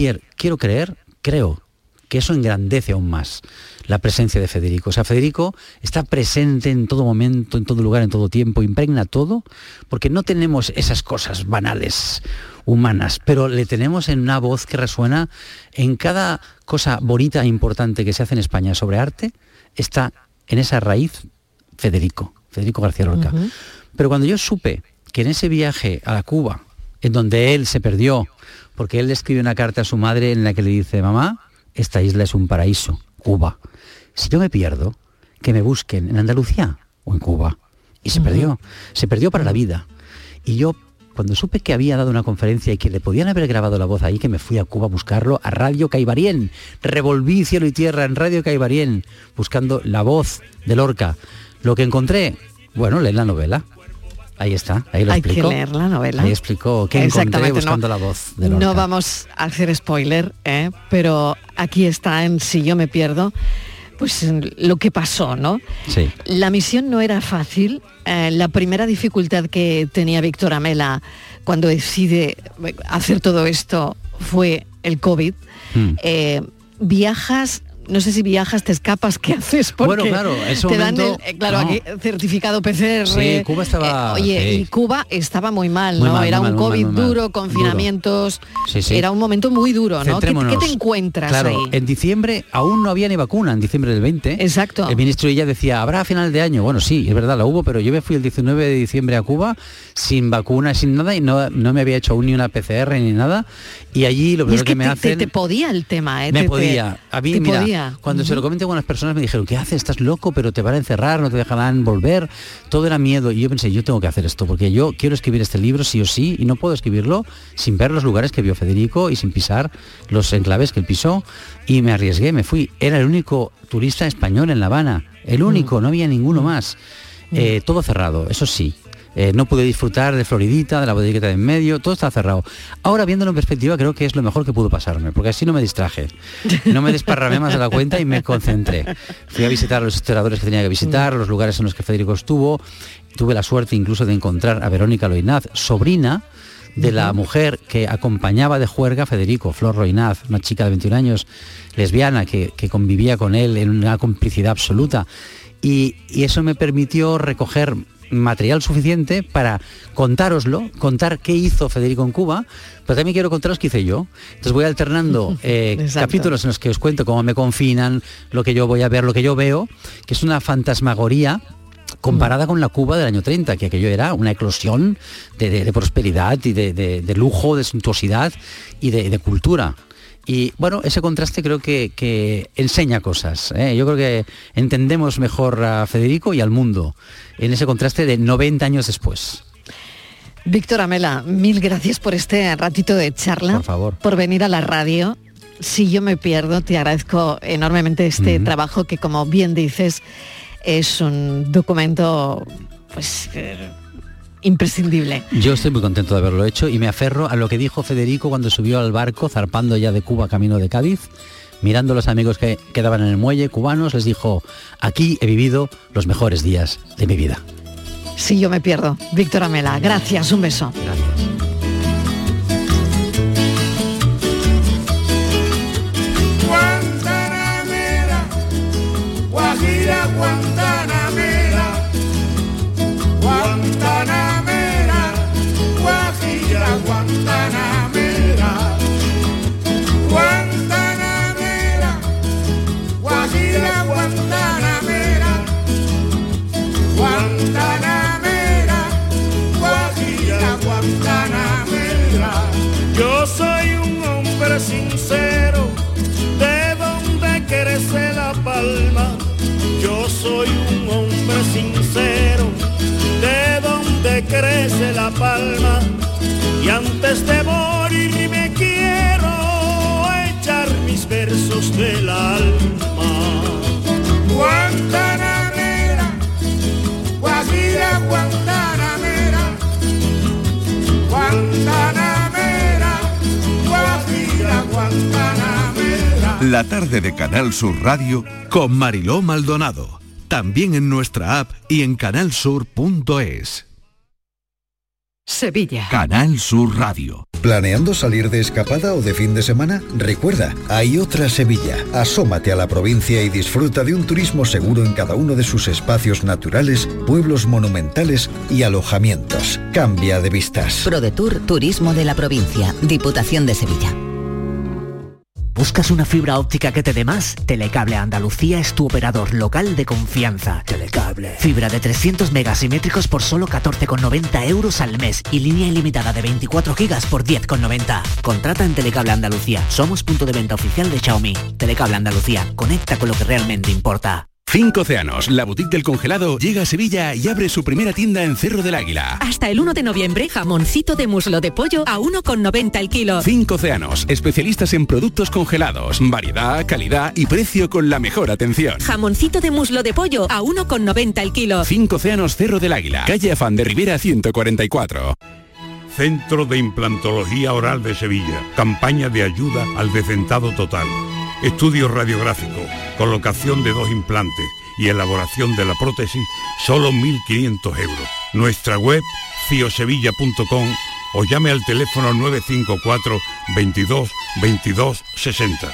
creo que eso engrandece aún más la presencia de Federico. O sea, Federico está presente en todo momento, en todo lugar, en todo tiempo, impregna todo, porque no tenemos esas cosas banales, humanas, pero le tenemos en una voz que resuena en cada cosa bonita e importante que se hace en España sobre arte, está en esa raíz Federico García Lorca. Pero cuando yo supe que en ese viaje a la Cuba, en donde él se perdió, porque él le escribe una carta a su madre en la que le dice, mamá, esta isla es un paraíso, Cuba. Si yo me pierdo, que me busquen en Andalucía o en Cuba. Y se perdió para la vida. Y yo, cuando supe que había dado una conferencia y que le podían haber grabado la voz ahí, que me fui a Cuba a buscarlo, a Radio Caibarien. Revolví cielo y tierra en Radio Caibarien, buscando la voz de Lorca. Lo que encontré, bueno, leen la novela. Ahí está, ahí lo explicó.
Hay que leer la novela.
Ahí explicó que encontré buscando la voz de Lorca.
No vamos a hacer spoiler, pero aquí está en Si yo me pierdo. pues lo que pasó, ¿no?
Sí.
La misión no era fácil. La primera dificultad que tenía Víctor Amela cuando decide hacer todo esto fue el COVID. Viajas, no sé si viajas, te escapas, ¿qué haces? Porque
bueno, claro, ese
te
momento,
dan aquí certificado PCR.
Sí, Cuba estaba...
y Cuba estaba muy mal, ¿no?
Mal,
era un COVID
muy mal,
duro, confinamientos.
Sí, sí.
Era un momento muy duro, ¿no? ¿Qué te encuentras
claro,
ahí?
En diciembre aún no había ni vacuna, en diciembre del 20.
Exacto.
El ministro Illa decía, habrá a final de año. Bueno, sí, es verdad, la hubo, pero yo me fui el 19 de diciembre a Cuba sin vacuna, sin nada, y no me había hecho aún ni una PCR ni nada. Y allí lo primero que me hacen...
te podía el tema, ¿eh?
Me podía. A mí, mira, cuando se lo comenté con las personas me dijeron, ¿qué haces? Estás loco, pero te van a encerrar, no te dejarán volver. Todo era miedo. Y yo pensé, yo tengo que hacer esto, porque yo quiero escribir este libro sí o sí, y no puedo escribirlo sin ver los lugares que vio Federico y sin pisar los enclaves que él pisó. Y me arriesgué, me fui. Era el único turista español en La Habana. El único, no había ninguno más. Todo cerrado, eso sí. No pude disfrutar de Floridita, de la bodeguita de en medio, todo estaba cerrado. Ahora, viéndolo en perspectiva, creo que es lo mejor que pudo pasarme, porque así no me distraje, no me desparramé más de la cuenta y me concentré. Fui a visitar a los historiadores que tenía que visitar, los lugares en los que Federico estuvo. Tuve la suerte incluso de encontrar a Verónica Loinaz, sobrina de la mujer que acompañaba de juerga a Federico, Flor Loinaz, una chica de 21 años, lesbiana, que convivía con él en una complicidad absoluta. Y eso me permitió recoger material suficiente para contar qué hizo Federico en Cuba, pero también quiero contaros qué hice yo. Entonces voy alternando capítulos en los que os cuento cómo me confinan, lo que yo voy a ver, lo que yo veo, que es una fantasmagoría comparada con la Cuba del año 30, que aquello era una eclosión de prosperidad y de lujo, de suntuosidad y de cultura. Y bueno, ese contraste creo que enseña cosas, ¿eh? Yo creo que entendemos mejor a Federico y al mundo en ese contraste de 90 años después.
Víctor Amela, mil gracias por este ratito de charla.
Por favor.
Por venir a la radio. Si yo me pierdo, te agradezco enormemente este trabajo que, como bien dices, es un documento pues imprescindible.
Yo estoy muy contento de haberlo hecho y me aferro a lo que dijo Federico cuando subió al barco zarpando ya de Cuba camino de Cádiz, mirando a los amigos que quedaban en el muelle cubanos, les dijo, aquí he vivido los mejores días de mi vida.
Si yo me pierdo. Víctor Amela, gracias, un beso.
Gracias.
Guantanamera, Guajira, Guantanamera, Guantanamera, Guajira, Guantanamera, Guantanamera, Guajira, Guantanamera, Guantanamera, Guajira, Guantanamera. Yo soy un hombre sincero, de donde crece la palma. Yo soy un hombre sincero, de donde crece la palma. Y antes de morir me quiero echar mis versos del alma. Guantanamera, Guajira, Guantanamera, Guantanamera, Guajira, Guantanamera.
La tarde de Canal Sur Radio con Mariló Maldonado. También en nuestra app y en canalsur.es.
Sevilla.
Canal Sur Radio.
¿Planeando salir de escapada o de fin de semana? Recuerda, hay otra Sevilla. Asómate a la provincia y disfruta de un turismo seguro en cada uno de sus espacios naturales, pueblos monumentales y alojamientos. Cambia de vistas.
ProDetour Turismo de la Provincia, Diputación de Sevilla.
¿Buscas una fibra óptica que te dé más? Telecable Andalucía es tu operador local de confianza. Telecable. Fibra de 300 megasimétricos por solo 14,90 euros al mes y línea ilimitada de 24 gigas por 10,90. Contrata en Telecable Andalucía. Somos punto de venta oficial de Xiaomi. Telecable Andalucía. Conecta con lo que realmente importa.
5 Océanos, la boutique del congelado, llega a Sevilla y abre su primera tienda en Cerro del Águila.
Hasta el 1 de noviembre, jamoncito de muslo de pollo a 1,90 el kilo.
5 Océanos, especialistas en productos congelados, variedad, calidad y precio con la mejor atención.
Jamoncito de muslo de pollo a 1,90 el kilo.
5 Océanos, Cerro del Águila, calle Afán de Rivera 144.
Centro de Implantología Oral de Sevilla. Campaña de ayuda al decentado total.
estudio radiográfico, colocación de 2 implantes y elaboración de la prótesis, solo 1.500 euros. Nuestra web, ciosevilla.com, o llame al teléfono 954 22 22 60.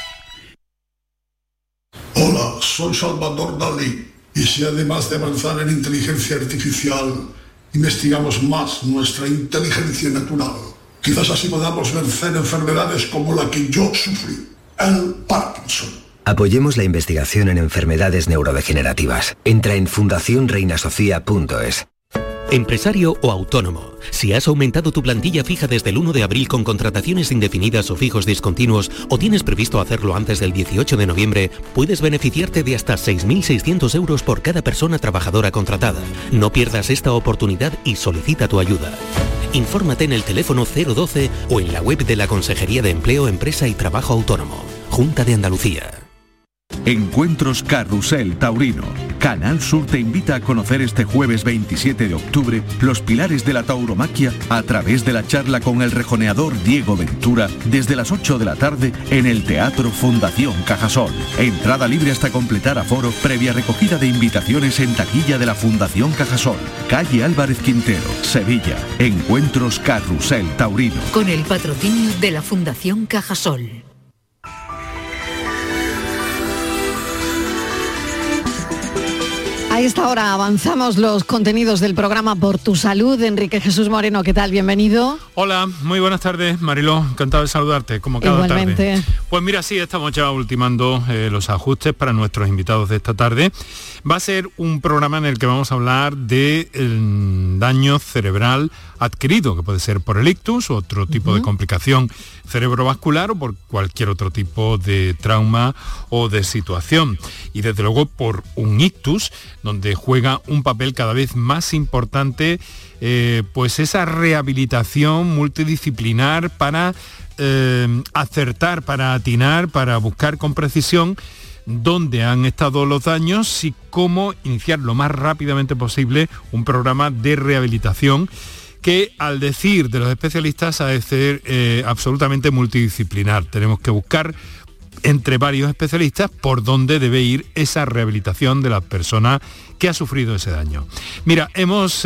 Hola, soy Salvador Dalí, y si además de avanzar en inteligencia artificial, investigamos más nuestra inteligencia natural, quizás así podamos vencer enfermedades como la que yo sufrí, el Parkinson.
Apoyemos la investigación en enfermedades neurodegenerativas. Entra en fundacionreinasofía.es.
Empresario o autónomo, si has aumentado tu plantilla fija desde el 1 de abril con contrataciones indefinidas o fijos discontinuos o tienes previsto hacerlo antes del 18 de noviembre, puedes beneficiarte de hasta 6.600 euros por cada persona trabajadora contratada. No pierdas esta oportunidad y solicita tu ayuda. Infórmate en el teléfono 012 o en la web de la Consejería de Empleo, Empresa y Trabajo Autónomo. Junta de Andalucía.
Encuentros Carrusel Taurino. Canal Sur te invita a conocer este jueves 27 de octubre los pilares de la tauromaquia a través de la charla con el rejoneador Diego Ventura desde las 8 de la tarde en el Teatro Fundación Cajasol. Entrada libre hasta completar aforo, previa recogida de invitaciones en taquilla de la Fundación Cajasol. Calle Álvarez Quintero, Sevilla. Encuentros Carrusel Taurino.
Con el patrocinio de la Fundación Cajasol.
A esta hora avanzamos los contenidos del programa Por tu Salud. Enrique Jesús Moreno, ¿qué tal? Bienvenido.
Hola, muy buenas tardes, Mariló. Encantado de saludarte, como cada
Igualmente.
tarde. Pues mira, sí, estamos ya ultimando los ajustes para nuestros invitados de esta tarde. Va a ser un programa en el que vamos a hablar del daño cerebral adquirido, que puede ser por el ictus o otro tipo de complicación cerebrovascular o por cualquier otro tipo de trauma o de situación. Y desde luego por un ictus, donde juega un papel cada vez más importante pues esa rehabilitación multidisciplinar para acertar, para atinar, para buscar con precisión dónde han estado los daños y cómo iniciar lo más rápidamente posible un programa de rehabilitación que, al decir de los especialistas, ha de ser absolutamente multidisciplinar. Tenemos que buscar entre varios especialistas por dónde debe ir esa rehabilitación de la persona que ha sufrido ese daño. Mira, hemos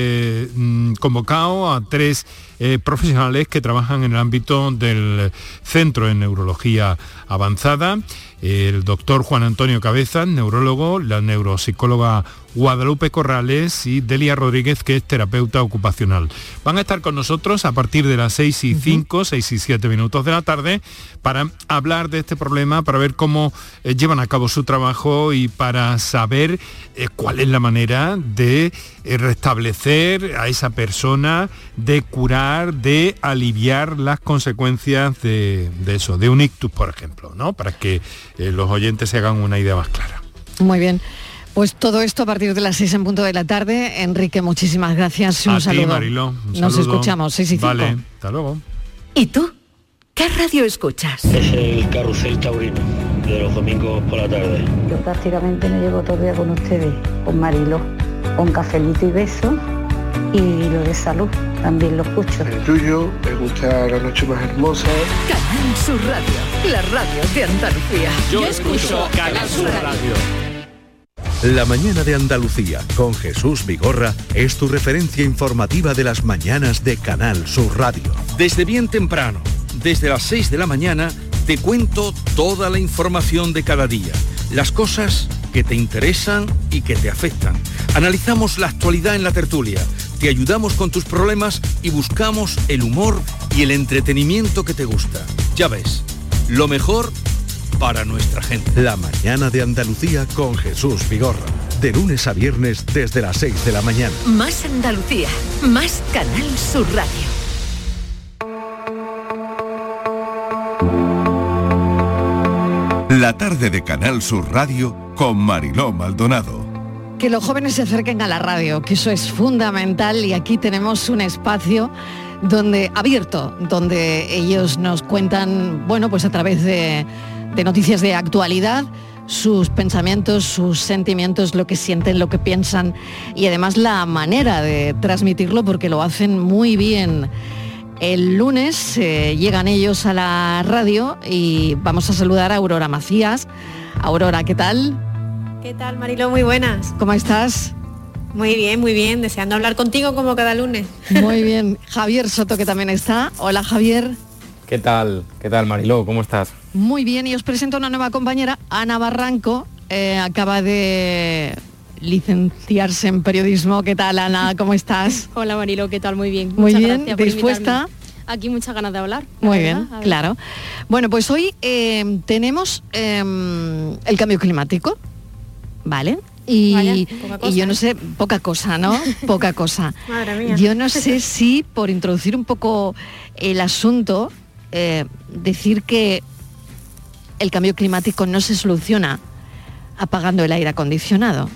convocado a 3 profesionales que trabajan en el ámbito del Centro de Neurología Avanzada, el doctor Juan Antonio Cabezas, neurólogo, la neuropsicóloga Guadalupe Corrales y Delia Rodríguez, que es terapeuta ocupacional. Van a estar con nosotros a partir de las 6 y 5, 6 y 7 minutos de la tarde para hablar de este problema, para ver cómo llevan a cabo su trabajo y para saber cuál es la manera de restablecer a esa persona, de curar, de aliviar las consecuencias de eso, de un ictus, por ejemplo, ¿no? Para que los oyentes se hagan una idea más clara.
Muy bien. Pues todo esto a partir de las 6 en punto de la tarde. Enrique, muchísimas gracias. Un saludo.
A ti, Mariló.
Nos escuchamos, 6 y 5.
Vale, hasta luego.
¿Y tú? ¿Qué radio escuchas?
Es el Carrusel Taurino, de los domingos por la tarde.
Yo prácticamente me llevo todo el día con ustedes, con Mariló, con cafelito y beso, y lo de salud también lo escucho.
El tuyo, me gusta La Noche Más Hermosa.
Canal Sur Radio, la radio de Andalucía.
Yo escucho Canal Sur Radio.
La mañana de Andalucía con Jesús Vigorra es tu referencia informativa de las mañanas de Canal Sur Radio.
Desde bien temprano, desde las 6 de la mañana, te cuento toda la información de cada día, las cosas que te interesan y que te afectan. Analizamos la actualidad en la tertulia, te ayudamos con tus problemas y buscamos el humor y el entretenimiento que te gusta. Ya ves, lo mejor para nuestra gente.
La mañana de Andalucía con Jesús Vigorra. De lunes a viernes desde las 6 de la mañana.
Más Andalucía, más Canal Sur Radio.
La tarde de Canal Sur Radio con Mariló Maldonado.
Que los jóvenes se acerquen a la radio, que eso es fundamental, y aquí tenemos un espacio abierto, donde ellos nos cuentan, bueno, pues a través de noticias de actualidad, sus pensamientos, sus sentimientos, lo que sienten, lo que piensan y además la manera de transmitirlo, porque lo hacen muy bien. El lunes llegan ellos a la radio y vamos a saludar a Aurora Macías. Aurora, ¿qué tal?
¿Qué tal, Mariló? Muy buenas.
¿Cómo estás?
Muy bien, deseando hablar contigo como cada lunes.
Muy bien. Javier Soto, que también está. Hola, Javier.
¿Qué tal, Mariló? ¿Cómo estás?
Muy bien, y os presento a una nueva compañera, Ana Barranco, acaba de licenciarse en periodismo. ¿Qué tal, Ana? ¿Cómo estás?
Hola, Mariló, ¿qué tal? Muy bien.
Muy
muchas
bien,
gracias por
¿dispuesta?
invitarme. Aquí muchas ganas de hablar.
Muy bien, claro. Bueno, pues hoy tenemos el cambio climático, ¿vale? Y yo no sé, poca cosa, ¿no? Poca cosa.
Madre mía.
Yo no sé si, por introducir un poco el asunto, decir que el cambio climático no se soluciona apagando el aire acondicionado.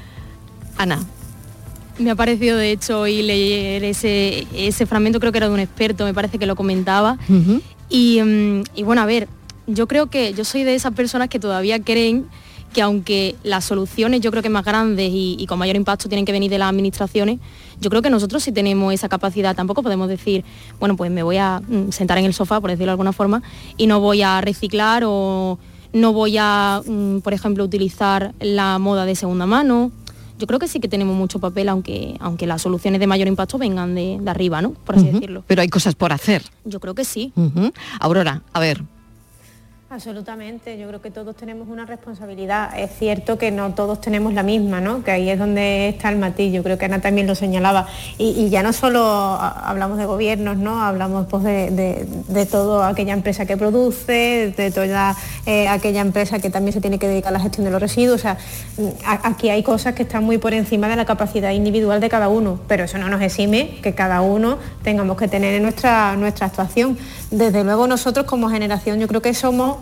Ana.
Me ha parecido, de hecho, hoy leer ese fragmento, creo que era de un experto, me parece que lo comentaba.
Uh-huh.
Y bueno, a ver, yo creo que yo soy de esas personas que todavía creen que aunque las soluciones yo creo que más grandes y con mayor impacto tienen que venir de las administraciones, yo creo que nosotros sí tenemos esa capacidad. Tampoco podemos decir, bueno, pues me voy a sentar en el sofá, por decirlo de alguna forma, y no voy a reciclar o no voy a, por ejemplo, utilizar la moda de segunda mano. Yo creo que sí que tenemos mucho papel, aunque las soluciones de mayor impacto vengan de arriba, ¿no? Por así decirlo.
Pero hay cosas por hacer.
Yo creo que sí.
Aurora, a ver.
Absolutamente, yo creo que todos tenemos una responsabilidad. Es cierto que no todos tenemos la misma, ¿no? Que ahí es donde está el matiz. Yo creo que Ana también lo señalaba. Y ya no solo hablamos de gobiernos, ¿no? Hablamos pues de toda aquella empresa que produce, de toda aquella empresa que también se tiene que dedicar a la gestión de los residuos. O sea, aquí hay cosas que están muy por encima de la capacidad individual de cada uno, pero eso no nos exime que cada uno tengamos que tener en nuestra actuación. Desde luego nosotros como generación yo creo que somos,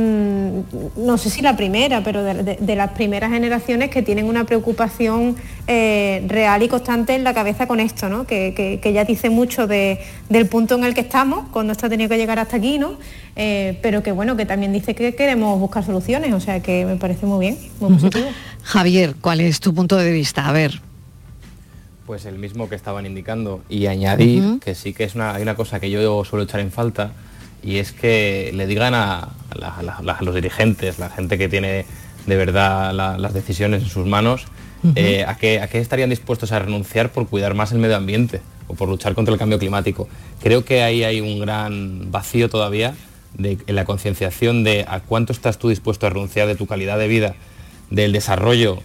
no sé si la primera, pero de las primeras generaciones que tienen una preocupación real y constante en la cabeza con esto, ¿no? Que ya dice mucho del punto en el que estamos, cuando esto ha tenido que llegar hasta aquí, ¿no? Pero que bueno, que también dice que queremos buscar soluciones, o sea que me parece muy bien, muy positivo.
Javier, ¿cuál es tu punto de vista? A ver.
Pues el mismo que estaban indicando, y añadir que sí que hay una cosa que yo suelo echar en falta, y es que le digan a los dirigentes, la gente que tiene de verdad las decisiones en sus manos, a qué estarían dispuestos a renunciar por cuidar más el medio ambiente o por luchar contra el cambio climático. Creo que ahí hay un gran vacío todavía en la concienciación de a cuánto estás tú dispuesto a renunciar de tu calidad de vida, del desarrollo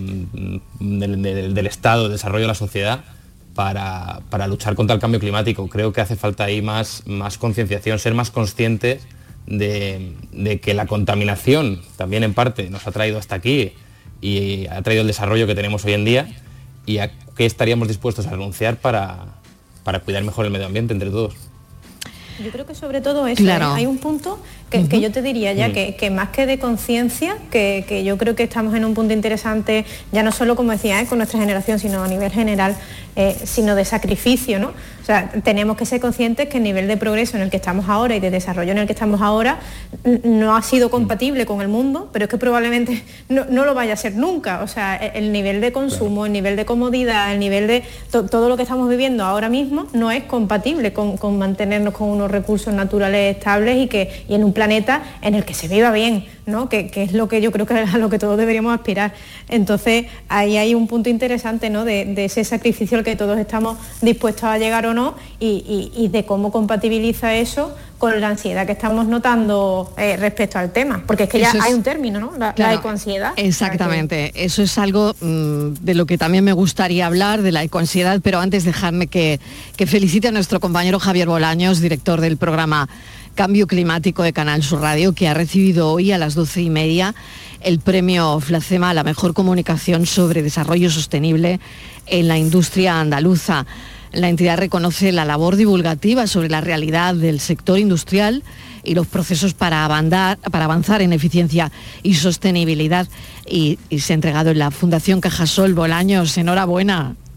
del Estado, del desarrollo de la sociedad para luchar contra el cambio climático. Creo que hace falta ahí más concienciación, ser más conscientes de que la contaminación también en parte nos ha traído hasta aquí y ha traído el desarrollo que tenemos hoy en día, y a qué estaríamos dispuestos a renunciar para cuidar mejor el medio ambiente entre todos.
Yo creo que sobre todo eso,
claro.
Hay un punto que yo te diría ya que más que de conciencia, que yo creo que estamos en un punto interesante, ya no solo, como decía, con nuestra generación, sino a nivel general, sino de sacrificio, ¿no? O sea, tenemos que ser conscientes que el nivel de progreso en el que estamos ahora y de desarrollo en el que estamos ahora no ha sido compatible con el mundo, pero es que probablemente no lo vaya a ser nunca. O sea, el nivel de consumo, el nivel de comodidad, el nivel de todo lo que estamos viviendo ahora mismo no es compatible con mantenernos con unos recursos naturales estables y en un planeta en el que se viva bien, ¿no? Que es lo que yo creo que a lo que todos deberíamos aspirar. Entonces, ahí hay un punto interesante, ¿no? De ese sacrificio al que todos estamos dispuestos a llegar o no, y de cómo compatibiliza eso con la ansiedad que estamos notando respecto al tema, porque es que ya hay un término, ¿no? La ecoansiedad.
Exactamente, eso es algo de lo que también me gustaría hablar, de la ecoansiedad, pero antes dejadme que felicite a nuestro compañero Javier Bolaños, director del programa Cambio Climático de Canal Sur Radio, que ha recibido hoy a las 12:30 el premio Flacema a la mejor comunicación sobre desarrollo sostenible en la industria andaluza. La entidad reconoce la labor divulgativa sobre la realidad del sector industrial y los procesos para avanzar en eficiencia y sostenibilidad, y se ha entregado en la Fundación Cajasol. Bolaños, enhorabuena.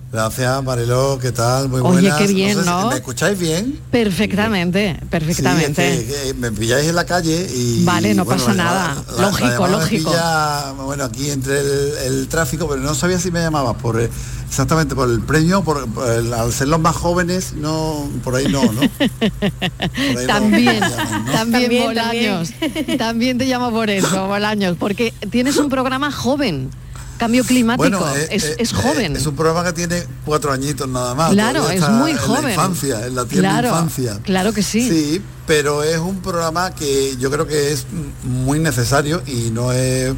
Gracias, Mariló, ¿qué tal? Muy
Oye,
buenas.
qué bien,
¿no? ¿Me escucháis bien?
Perfectamente.
Sí, es que me pilláis en la calle y...
Vale, no pasa nada. Lógico.
Me pilla, bueno, aquí entre el tráfico, pero no sabía si me llamabas por... exactamente, por el premio, al ser los más jóvenes, no, por ahí no. Por ahí
también,
¿no?
también Bolaños. También te llamo por eso, Bolaños, porque tienes un programa joven. Cambio climático, bueno, es joven.
Es un programa que tiene 4 añitos nada más.
Claro, es muy joven.
En la infancia, en la tierna infancia.
Claro que sí.
Sí, pero es un programa que yo creo que es muy necesario y no es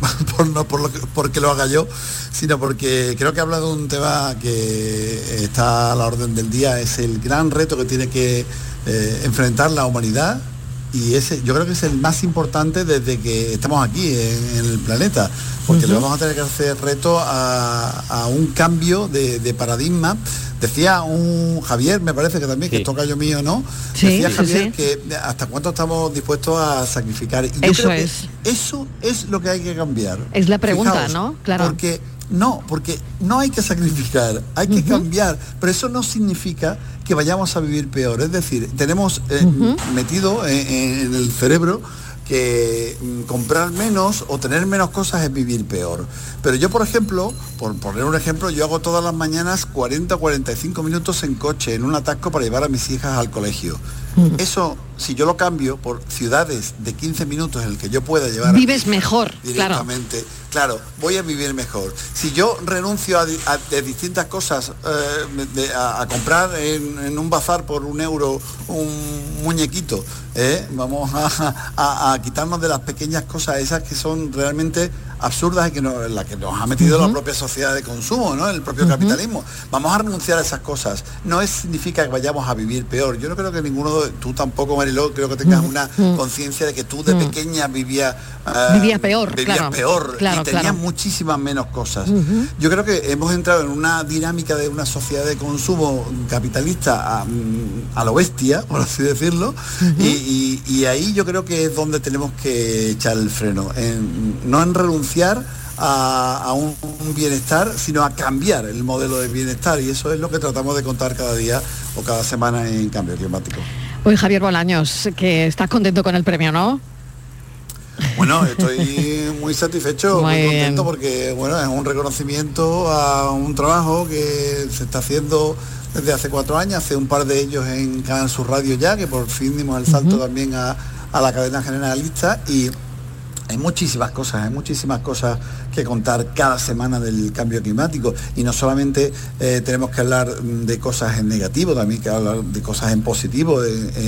porque lo haga yo, sino porque creo que habla de un tema que está a la orden del día, es el gran reto que tiene que enfrentar la humanidad. Y ese yo creo que es el más importante desde que estamos aquí en el planeta, porque le vamos a tener que hacer reto a un cambio de paradigma. Decía un Javier, me parece que también, que es tocayo mío, ¿no? Decía Javier que hasta cuánto estamos dispuestos a sacrificar. Y yo creo que eso es lo que hay que cambiar.
Es la pregunta,
Fijaos,
¿no? Claro.
Porque no hay que sacrificar, hay que cambiar, pero eso no significa que vayamos a vivir peor. Es decir, tenemos metido en el cerebro que comprar menos o tener menos cosas es vivir peor. Pero yo, por ejemplo, por poner un ejemplo, yo hago todas las mañanas 40 o 45 minutos en coche, en un atasco para llevar a mis hijas al colegio. Eso, si yo lo cambio por ciudades de 15 minutos en el que yo pueda llevar...
Vives mejor,
directamente. Claro, voy a vivir mejor. Si yo renuncio de distintas cosas, a comprar en un bazar por €1 un muñequito, vamos a quitarnos de las pequeñas cosas esas que son realmente absurdas y que la que nos ha metido la propia sociedad de consumo, ¿no? El propio capitalismo. Vamos a renunciar a esas cosas. No significa que vayamos a vivir peor. Yo no creo que tú tampoco, Mariló, creo que tengas una conciencia de que tú de pequeña vivías
peor,
y tenías muchísimas menos cosas. Yo creo que hemos entrado en una dinámica de una sociedad de consumo capitalista a lo bestia, por así decirlo, y ahí yo creo que es donde tenemos que echar el freno, no en renunciar a un bienestar, sino a cambiar el modelo de bienestar, y eso es lo que tratamos de contar cada día o cada semana en Cambio Climático.
Hoy Javier Bolaños, que estás contento con el premio, ¿no?
Bueno, estoy muy satisfecho, muy contento, porque bueno, es un reconocimiento a un trabajo que se está haciendo desde hace 4 años, hace un par de ellos en Canal Sur Radio ya, que por fin dimos el salto también a la cadena generalista, y hay muchísimas cosas que contar cada semana del cambio climático, y no solamente tenemos que hablar de cosas en negativo, también que hablar de cosas en positivo,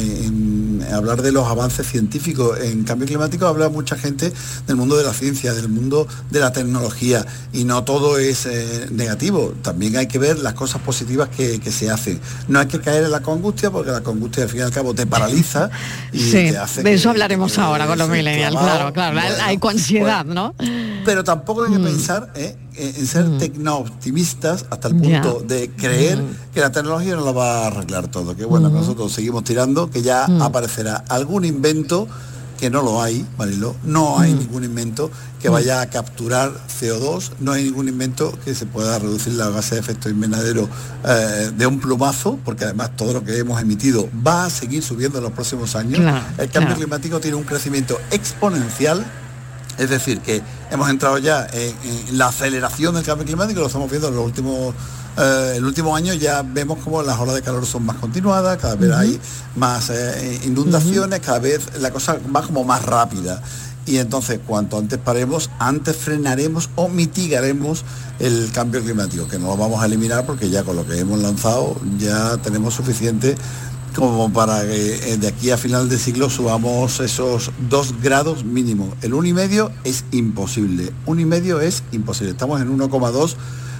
hablar de los avances científicos. En cambio climático habla mucha gente del mundo de la ciencia, del mundo de la tecnología, y no todo es negativo, también hay que ver las cosas positivas que se hacen. No hay que caer en la angustia, porque la angustia al fin y al cabo te paraliza y te hace
de eso hablaremos ahora con los millennials, claro. Hay ansiedad, ¿no?
Pero tampoco hay que pensar en ser tecno-optimistas hasta el punto de creer que la tecnología no lo va a arreglar todo. Que bueno, nosotros seguimos tirando, que ya aparecerá algún invento, que no lo hay, Mariló, no hay ningún invento que vaya a capturar CO2, no hay ningún invento que se pueda reducir la gases de efecto invernadero de un plumazo, porque además todo lo que hemos emitido va a seguir subiendo en los próximos años. El cambio climático tiene un crecimiento exponencial. Es decir, que hemos entrado ya en la aceleración del cambio climático, lo estamos viendo en los últimos el último año. Ya vemos como las olas de calor son más continuadas, cada vez hay más inundaciones, cada vez la cosa va como más rápida. Y entonces, cuanto antes paremos, antes frenaremos o mitigaremos el cambio climático, que no lo vamos a eliminar, porque ya con lo que hemos lanzado ya tenemos suficiente como para que de aquí a final de siglo subamos esos 2 grados mínimo. El 1,5 es imposible. 1,5 es imposible. Estamos en 1,2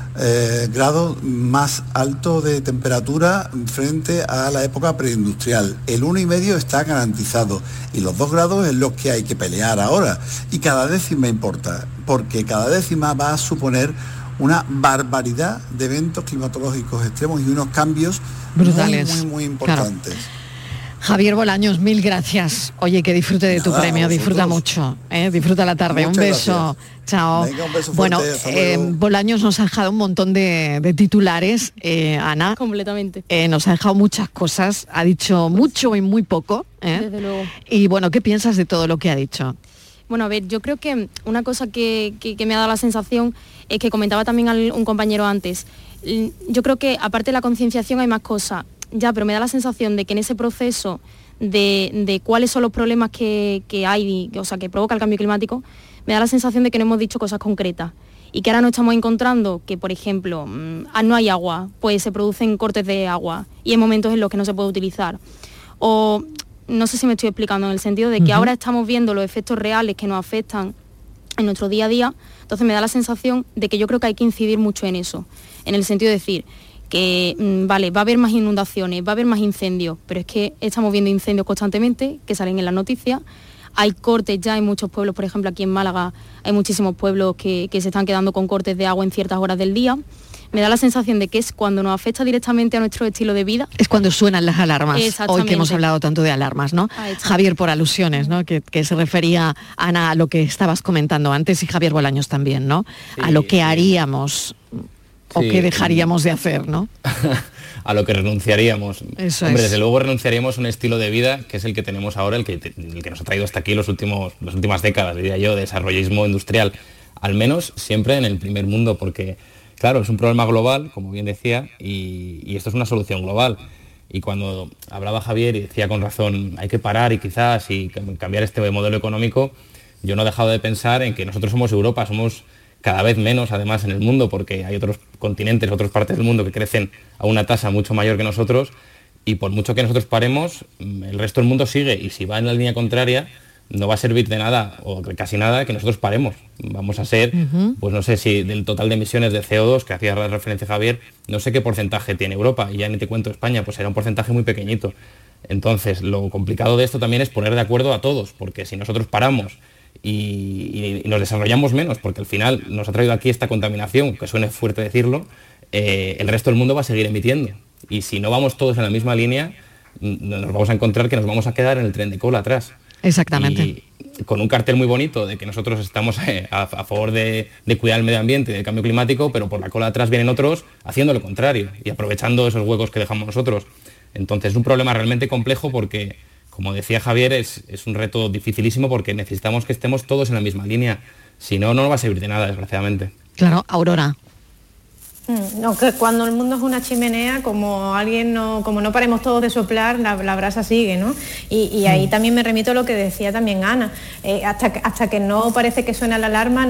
grados más alto de temperatura frente a la época preindustrial. El 1,5 está garantizado, y los 2 grados es lo que hay que pelear ahora. Y cada décima importa, porque cada décima va a suponer una barbaridad de eventos climatológicos extremos y unos cambios brutales, muy importantes.
Claro. Javier Bolaños, mil gracias. Oye, que disfrute de tu premio, disfruta mucho, disfruta la tarde.
Muchas
un beso.
Gracias.
Chao.
Venga, un beso
bueno,
fuerte,
Bolaños nos ha dejado un montón de titulares, Ana.
Completamente.
Nos ha dejado muchas cosas, ha dicho mucho y muy poco.
Desde luego.
Y bueno, ¿qué piensas de todo lo que ha dicho?
Bueno, a ver, yo creo que una cosa que me ha dado la sensación es que comentaba también un compañero antes. Yo creo que aparte de la concienciación hay más cosas. Ya, pero me da la sensación de que en ese proceso de cuáles son los problemas que hay, o sea, que provoca el cambio climático, me da la sensación de que no hemos dicho cosas concretas y que ahora nos estamos encontrando que, por ejemplo, no hay agua, pues se producen cortes de agua y hay momentos en los que no se puede utilizar. O no sé si me estoy explicando, en el sentido de que ahora estamos viendo los efectos reales que nos afectan en nuestro día a día, entonces me da la sensación de que yo creo que hay que incidir mucho en eso, en el sentido de decir que, vale, va a haber más inundaciones, va a haber más incendios, pero es que estamos viendo incendios constantemente, que salen en las noticias, hay cortes ya en muchos pueblos, por ejemplo aquí en Málaga hay muchísimos pueblos que se están quedando con cortes de agua en ciertas horas del día. Me da la sensación de que es cuando nos afecta directamente a nuestro estilo de vida.
Es cuando suenan las alarmas, hoy que hemos hablado tanto de alarmas, ¿no? Javier, por alusiones, ¿no? Que se refería, Ana, a lo que estabas comentando antes y Javier Bolaños también, ¿no? Sí, a lo que haríamos o que dejaríamos de hacer, ¿no?
A lo que renunciaríamos.
Eso
Hombre,
es.
desde luego renunciaríamos a un estilo de vida que es el que tenemos ahora, el que nos ha traído hasta aquí las últimas décadas, diría yo, de desarrollismo industrial. Al menos siempre en el primer mundo, porque claro, es un problema global, como bien decía, y esto es una solución global. Y cuando hablaba Javier y decía con razón, hay que parar y quizás cambiar este modelo económico, yo no he dejado de pensar en que nosotros somos Europa, somos cada vez menos además en el mundo, porque hay otros continentes, otras partes del mundo que crecen a una tasa mucho mayor que nosotros, y por mucho que nosotros paremos, el resto del mundo sigue, y si va en la línea contraria, no va a servir de nada, o casi nada, que nosotros paremos. Vamos a ser, pues no sé si del total de emisiones de CO2, que hacía referencia Javier, no sé qué porcentaje tiene Europa, y ya ni te cuento España, pues será un porcentaje muy pequeñito. Entonces, lo complicado de esto también es poner de acuerdo a todos, porque si nosotros paramos y nos desarrollamos menos, porque al final nos ha traído aquí esta contaminación, que suene fuerte decirlo, el resto del mundo va a seguir emitiendo. Y si no vamos todos en la misma línea, nos vamos a encontrar que nos vamos a quedar en el tren de cola atrás.
Exactamente.
Y con un cartel muy bonito de que nosotros estamos a favor de cuidar el medio ambiente y del cambio climático, pero por la cola atrás vienen otros haciendo lo contrario y aprovechando esos huecos que dejamos nosotros. Entonces es un problema realmente complejo porque, como decía Javier, es un reto dificilísimo porque necesitamos que estemos todos en la misma línea. Si no, no nos va a servir de nada, desgraciadamente.
Claro, Aurora.
No, que cuando el mundo es una chimenea, como no paremos todos de soplar, la brasa sigue, ¿no? Y ahí también me remito a lo que decía también Ana. Hasta que no parece que suena la alarma,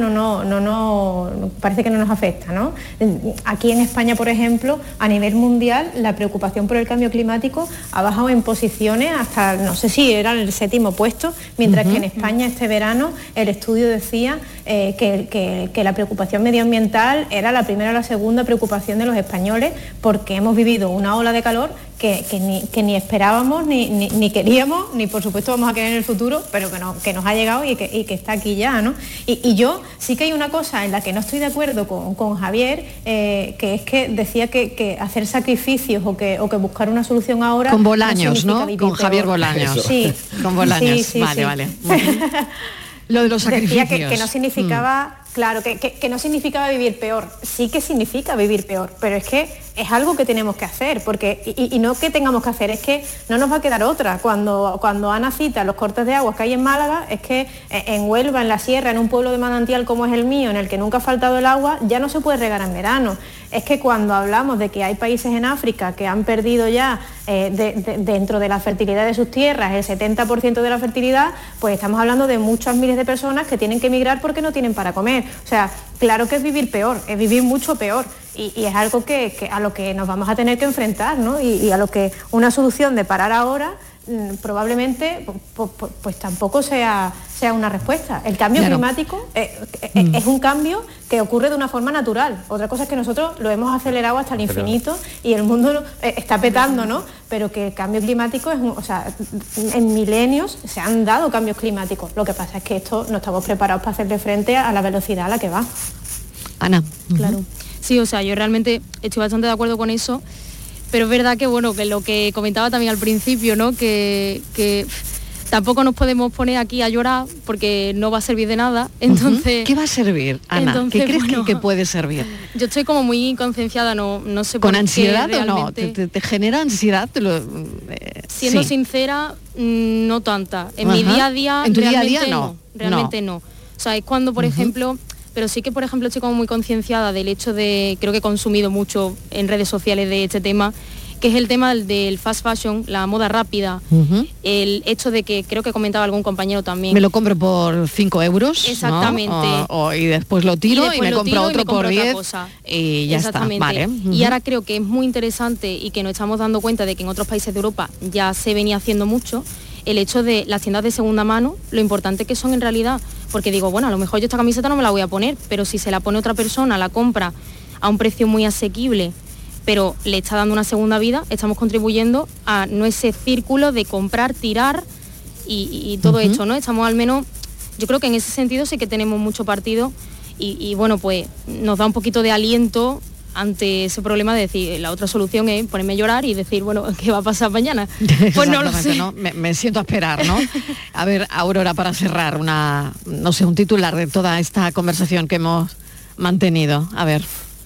no parece que no nos afecta, ¿no? Aquí en España, por ejemplo, a nivel mundial, la preocupación por el cambio climático ha bajado en posiciones hasta, no sé si era el 7º puesto, mientras que en España este verano el estudio decía que la preocupación medioambiental era la primera o la segunda preocupación de los españoles, porque hemos vivido una ola de calor que ni esperábamos, ni queríamos, ni por supuesto vamos a querer en el futuro, pero que nos ha llegado y que está aquí ya, ¿no? Y yo sí que hay una cosa en la que no estoy de acuerdo con Javier, que es que decía que hacer sacrificios o que buscar una solución ahora...
Con Bolaños, ¿no? Con Javier Bolaños.
Sí.
Con Bolaños.
Sí,
vale. Lo de los sacrificios.
Decía que no significaba... Claro, que no significaba vivir peor, sí que significa vivir peor, pero es que es algo que tenemos que hacer, porque y no que tengamos que hacer, es que no nos va a quedar otra. Cuando Ana cita los cortes de agua que hay en Málaga, es que en Huelva, en la sierra, en un pueblo de manantial como es el mío, en el que nunca ha faltado el agua, ya no se puede regar en verano. Es que cuando hablamos de que hay países en África que han perdido ya dentro de la fertilidad de sus tierras el 70% de la fertilidad, pues estamos hablando de muchas miles de personas que tienen que emigrar porque no tienen para comer. O sea, claro que es vivir peor, es vivir mucho peor y es algo que a lo que nos vamos a tener que enfrentar, ¿no? Y a lo que una solución de parar ahora probablemente pues tampoco sea una respuesta. El cambio climático es un cambio que ocurre de una forma natural. Otra cosa es que nosotros lo hemos acelerado hasta el infinito y el mundo está petando, ¿no? Pero que el cambio climático en milenios se han dado cambios climáticos. Lo que pasa es que esto no estamos preparados para hacerle frente a la velocidad a la que va.
Ana.
Claro. Sí, o sea, yo realmente estoy bastante de acuerdo con eso. pero es verdad que bueno, que lo que comentaba también al principio, ¿no? Que tampoco nos podemos poner aquí a llorar porque no va a servir de nada. Entonces,
¿qué va a servir, Ana?
Entonces,
¿Qué crees que puede servir?
Yo estoy como muy concienciada, no sé por
¿Con ansiedad
qué
o no?
realmente...
¿Te genera ansiedad?
Siendo sincera, no tanta. En mi día a día,
¿en tu día a día
realmente no. O sea, es cuando, por ejemplo, pero sí que, por ejemplo, estoy como muy concienciada del hecho de, creo que he consumido mucho en redes sociales de este tema, que es el tema del fast fashion, la moda rápida, el hecho de que, creo que comentaba algún compañero también.
Me lo compro por 5 euros,
exactamente,
¿no? Y después lo tiro y me compro otro por 10 y ya está. Vale.
Y ahora creo que es muy interesante y que nos estamos dando cuenta de que en otros países de Europa ya se venía haciendo mucho, el hecho de las tiendas de segunda mano, lo importante que son en realidad, porque digo, bueno, a lo mejor yo esta camiseta no me la voy a poner, pero si se la pone otra persona, la compra a un precio muy asequible, pero le está dando una segunda vida, estamos contribuyendo a no ese círculo de comprar, tirar y todo esto, ¿no? Estamos al menos, yo creo que en ese sentido sí que tenemos mucho partido y bueno, pues nos da un poquito de aliento ante ese problema de decir, la otra solución es ponerme a llorar y decir, bueno, ¿qué va a pasar mañana? Pues no lo sé.
¿no? Me siento a esperar, ¿no? A ver, Aurora, para cerrar, un titular de toda esta conversación que hemos mantenido. A ver.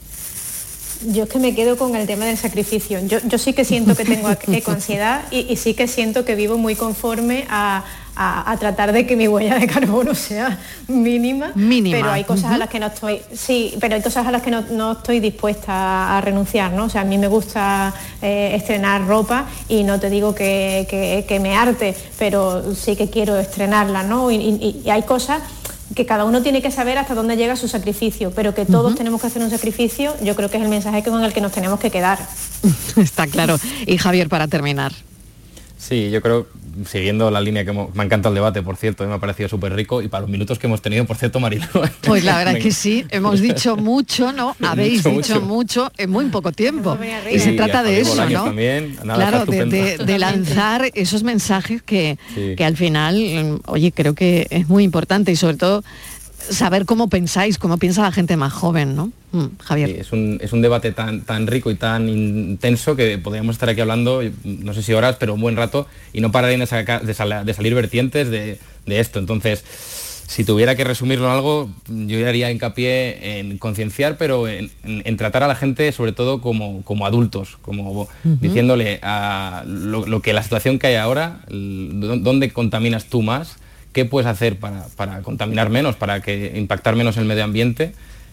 Yo es que me quedo con el tema del sacrificio. Yo sí que siento que tengo ecoansiedad y sí que siento que vivo muy conforme a tratar de que mi huella de carbono sea mínima. Pero hay cosas a las que no estoy, pero hay cosas a las que no estoy dispuesta a renunciar, ¿no? O sea, a mí me gusta estrenar ropa y no te digo que me harte, pero sí que quiero estrenarla, ¿no? Y hay cosas que cada uno tiene que saber hasta dónde llega su sacrificio, pero que todos tenemos que hacer un sacrificio, yo creo que es el mensaje con el que nos tenemos que quedar.
Está claro. Y Javier, para terminar.
Sí, yo creo, siguiendo la línea que me ha encantado el debate, por cierto, me ha parecido súper rico, y para los minutos que hemos tenido, por cierto, Mariló.
Pues la verdad es que sí, hemos dicho mucho, ¿no? Habéis dicho mucho en muy poco tiempo. Y se trata de eso, ¿no?
También,
claro, de lanzar esos mensajes que al final, oye, creo que es muy importante y sobre todo saber cómo pensáis, cómo piensa la gente más joven, ¿no? Javier.
Sí, es un debate tan rico y tan intenso que podríamos estar aquí hablando, no sé si horas, pero un buen rato, y no pararían de salir vertientes de esto. Entonces, si tuviera que resumirlo en algo, yo haría hincapié en concienciar, pero en tratar a la gente sobre todo como adultos, como diciéndole a lo que la situación que hay ahora, dónde contaminas tú más, qué puedes hacer para contaminar menos, para impactar menos el medio ambiente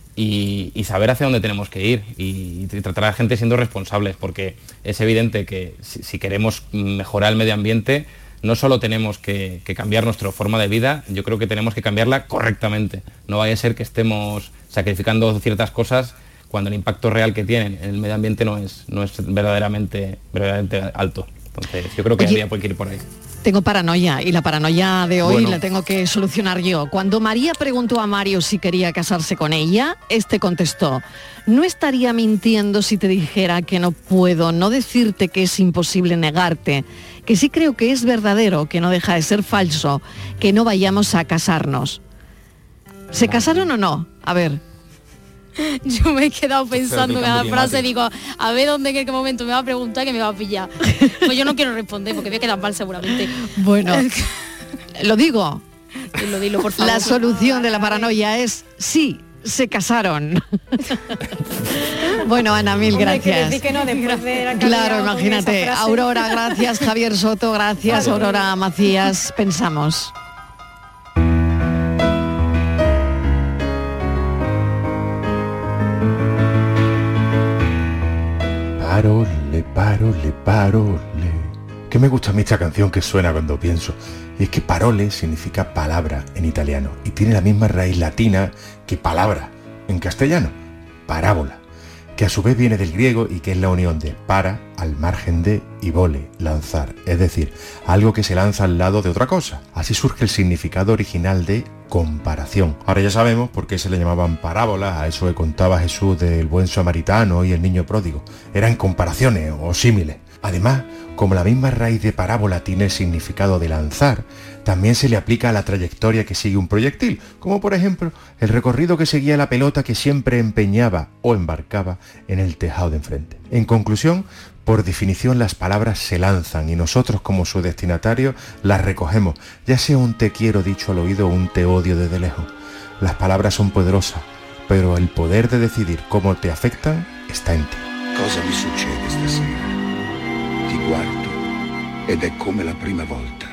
y saber hacia dónde tenemos que ir y tratar a la gente siendo responsables, porque es evidente que si queremos mejorar el medio ambiente, no solo tenemos que cambiar nuestra forma de vida, yo creo que tenemos que cambiarla correctamente. No vaya a ser que estemos sacrificando ciertas cosas cuando el impacto real que tienen en el medio ambiente no es verdaderamente alto. Entonces, yo creo que habría que ir por ahí.
Tengo paranoia y la paranoia de hoy la tengo que solucionar yo. Cuando María preguntó a Mario si quería casarse con ella, este contestó: no estaría mintiendo si te dijera que no puedo no decirte que es imposible negarte, que sí creo que es verdadero, que no deja de ser falso, que no vayamos a casarnos. ¿Se casaron o no? A ver.
Yo me he quedado pensando en la frase, digo, a ver dónde, en qué momento me va a preguntar, que me va a pillar. Pues yo no quiero responder porque voy a quedar mal seguramente.
Bueno, lo digo.
Dilo, por favor.
La solución de la paranoia es sí, se casaron. Bueno, Ana, mil gracias.
Que no, después de
claro, imagínate. Aurora, gracias. Javier Soto, gracias. Vale. Aurora Macías, pensamos.
Parole. Que me gusta a mí esta canción que suena cuando pienso. Y es que parole significa palabra en italiano y tiene la misma raíz latina que palabra en castellano, parábola, que a su vez viene del griego y que es la unión de para, al margen de, y vole, lanzar, es decir, algo que se lanza al lado de otra cosa. Así surge el significado original de comparación. Ahora ya sabemos por qué se le llamaban parábolas a eso que contaba Jesús del buen samaritano y el niño pródigo. Eran comparaciones o símiles. Además, como la misma raíz de parábola tiene el significado de lanzar, también se le aplica a la trayectoria que sigue un proyectil, como por ejemplo el recorrido que seguía la pelota que siempre empeñaba o embarcaba en el tejado de enfrente. En conclusión, por definición las palabras se lanzan y nosotros como su destinatario las recogemos, ya sea un te quiero dicho al oído o un te odio desde lejos. Las palabras son poderosas, pero el poder de decidir cómo te afectan está en ti.
Cosa mi succede stasera? Ti guardo ed è come la prima volta.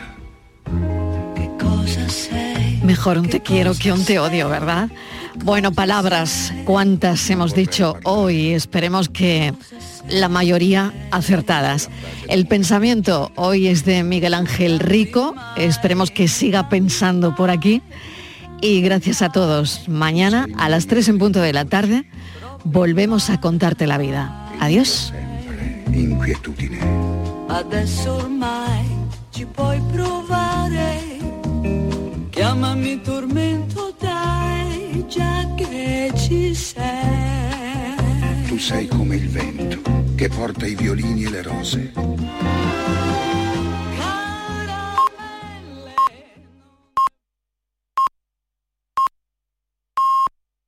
Mejor un te quiero que un te odio, ¿verdad? Bueno, palabras, cuántas hemos dicho hoy, esperemos que la mayoría acertadas. El pensamiento hoy es de Miguel Ángel Rico, esperemos que siga pensando por aquí y gracias a todos. Mañana a las 3 en punto de la tarde volvemos a contarte la vida. Adiós.
Inquietudine.
Adesso ormai ci puoi provare. Chiamami tormento, dai, già che ci sei.
Tu sei come il vento che porta i violini e le rose.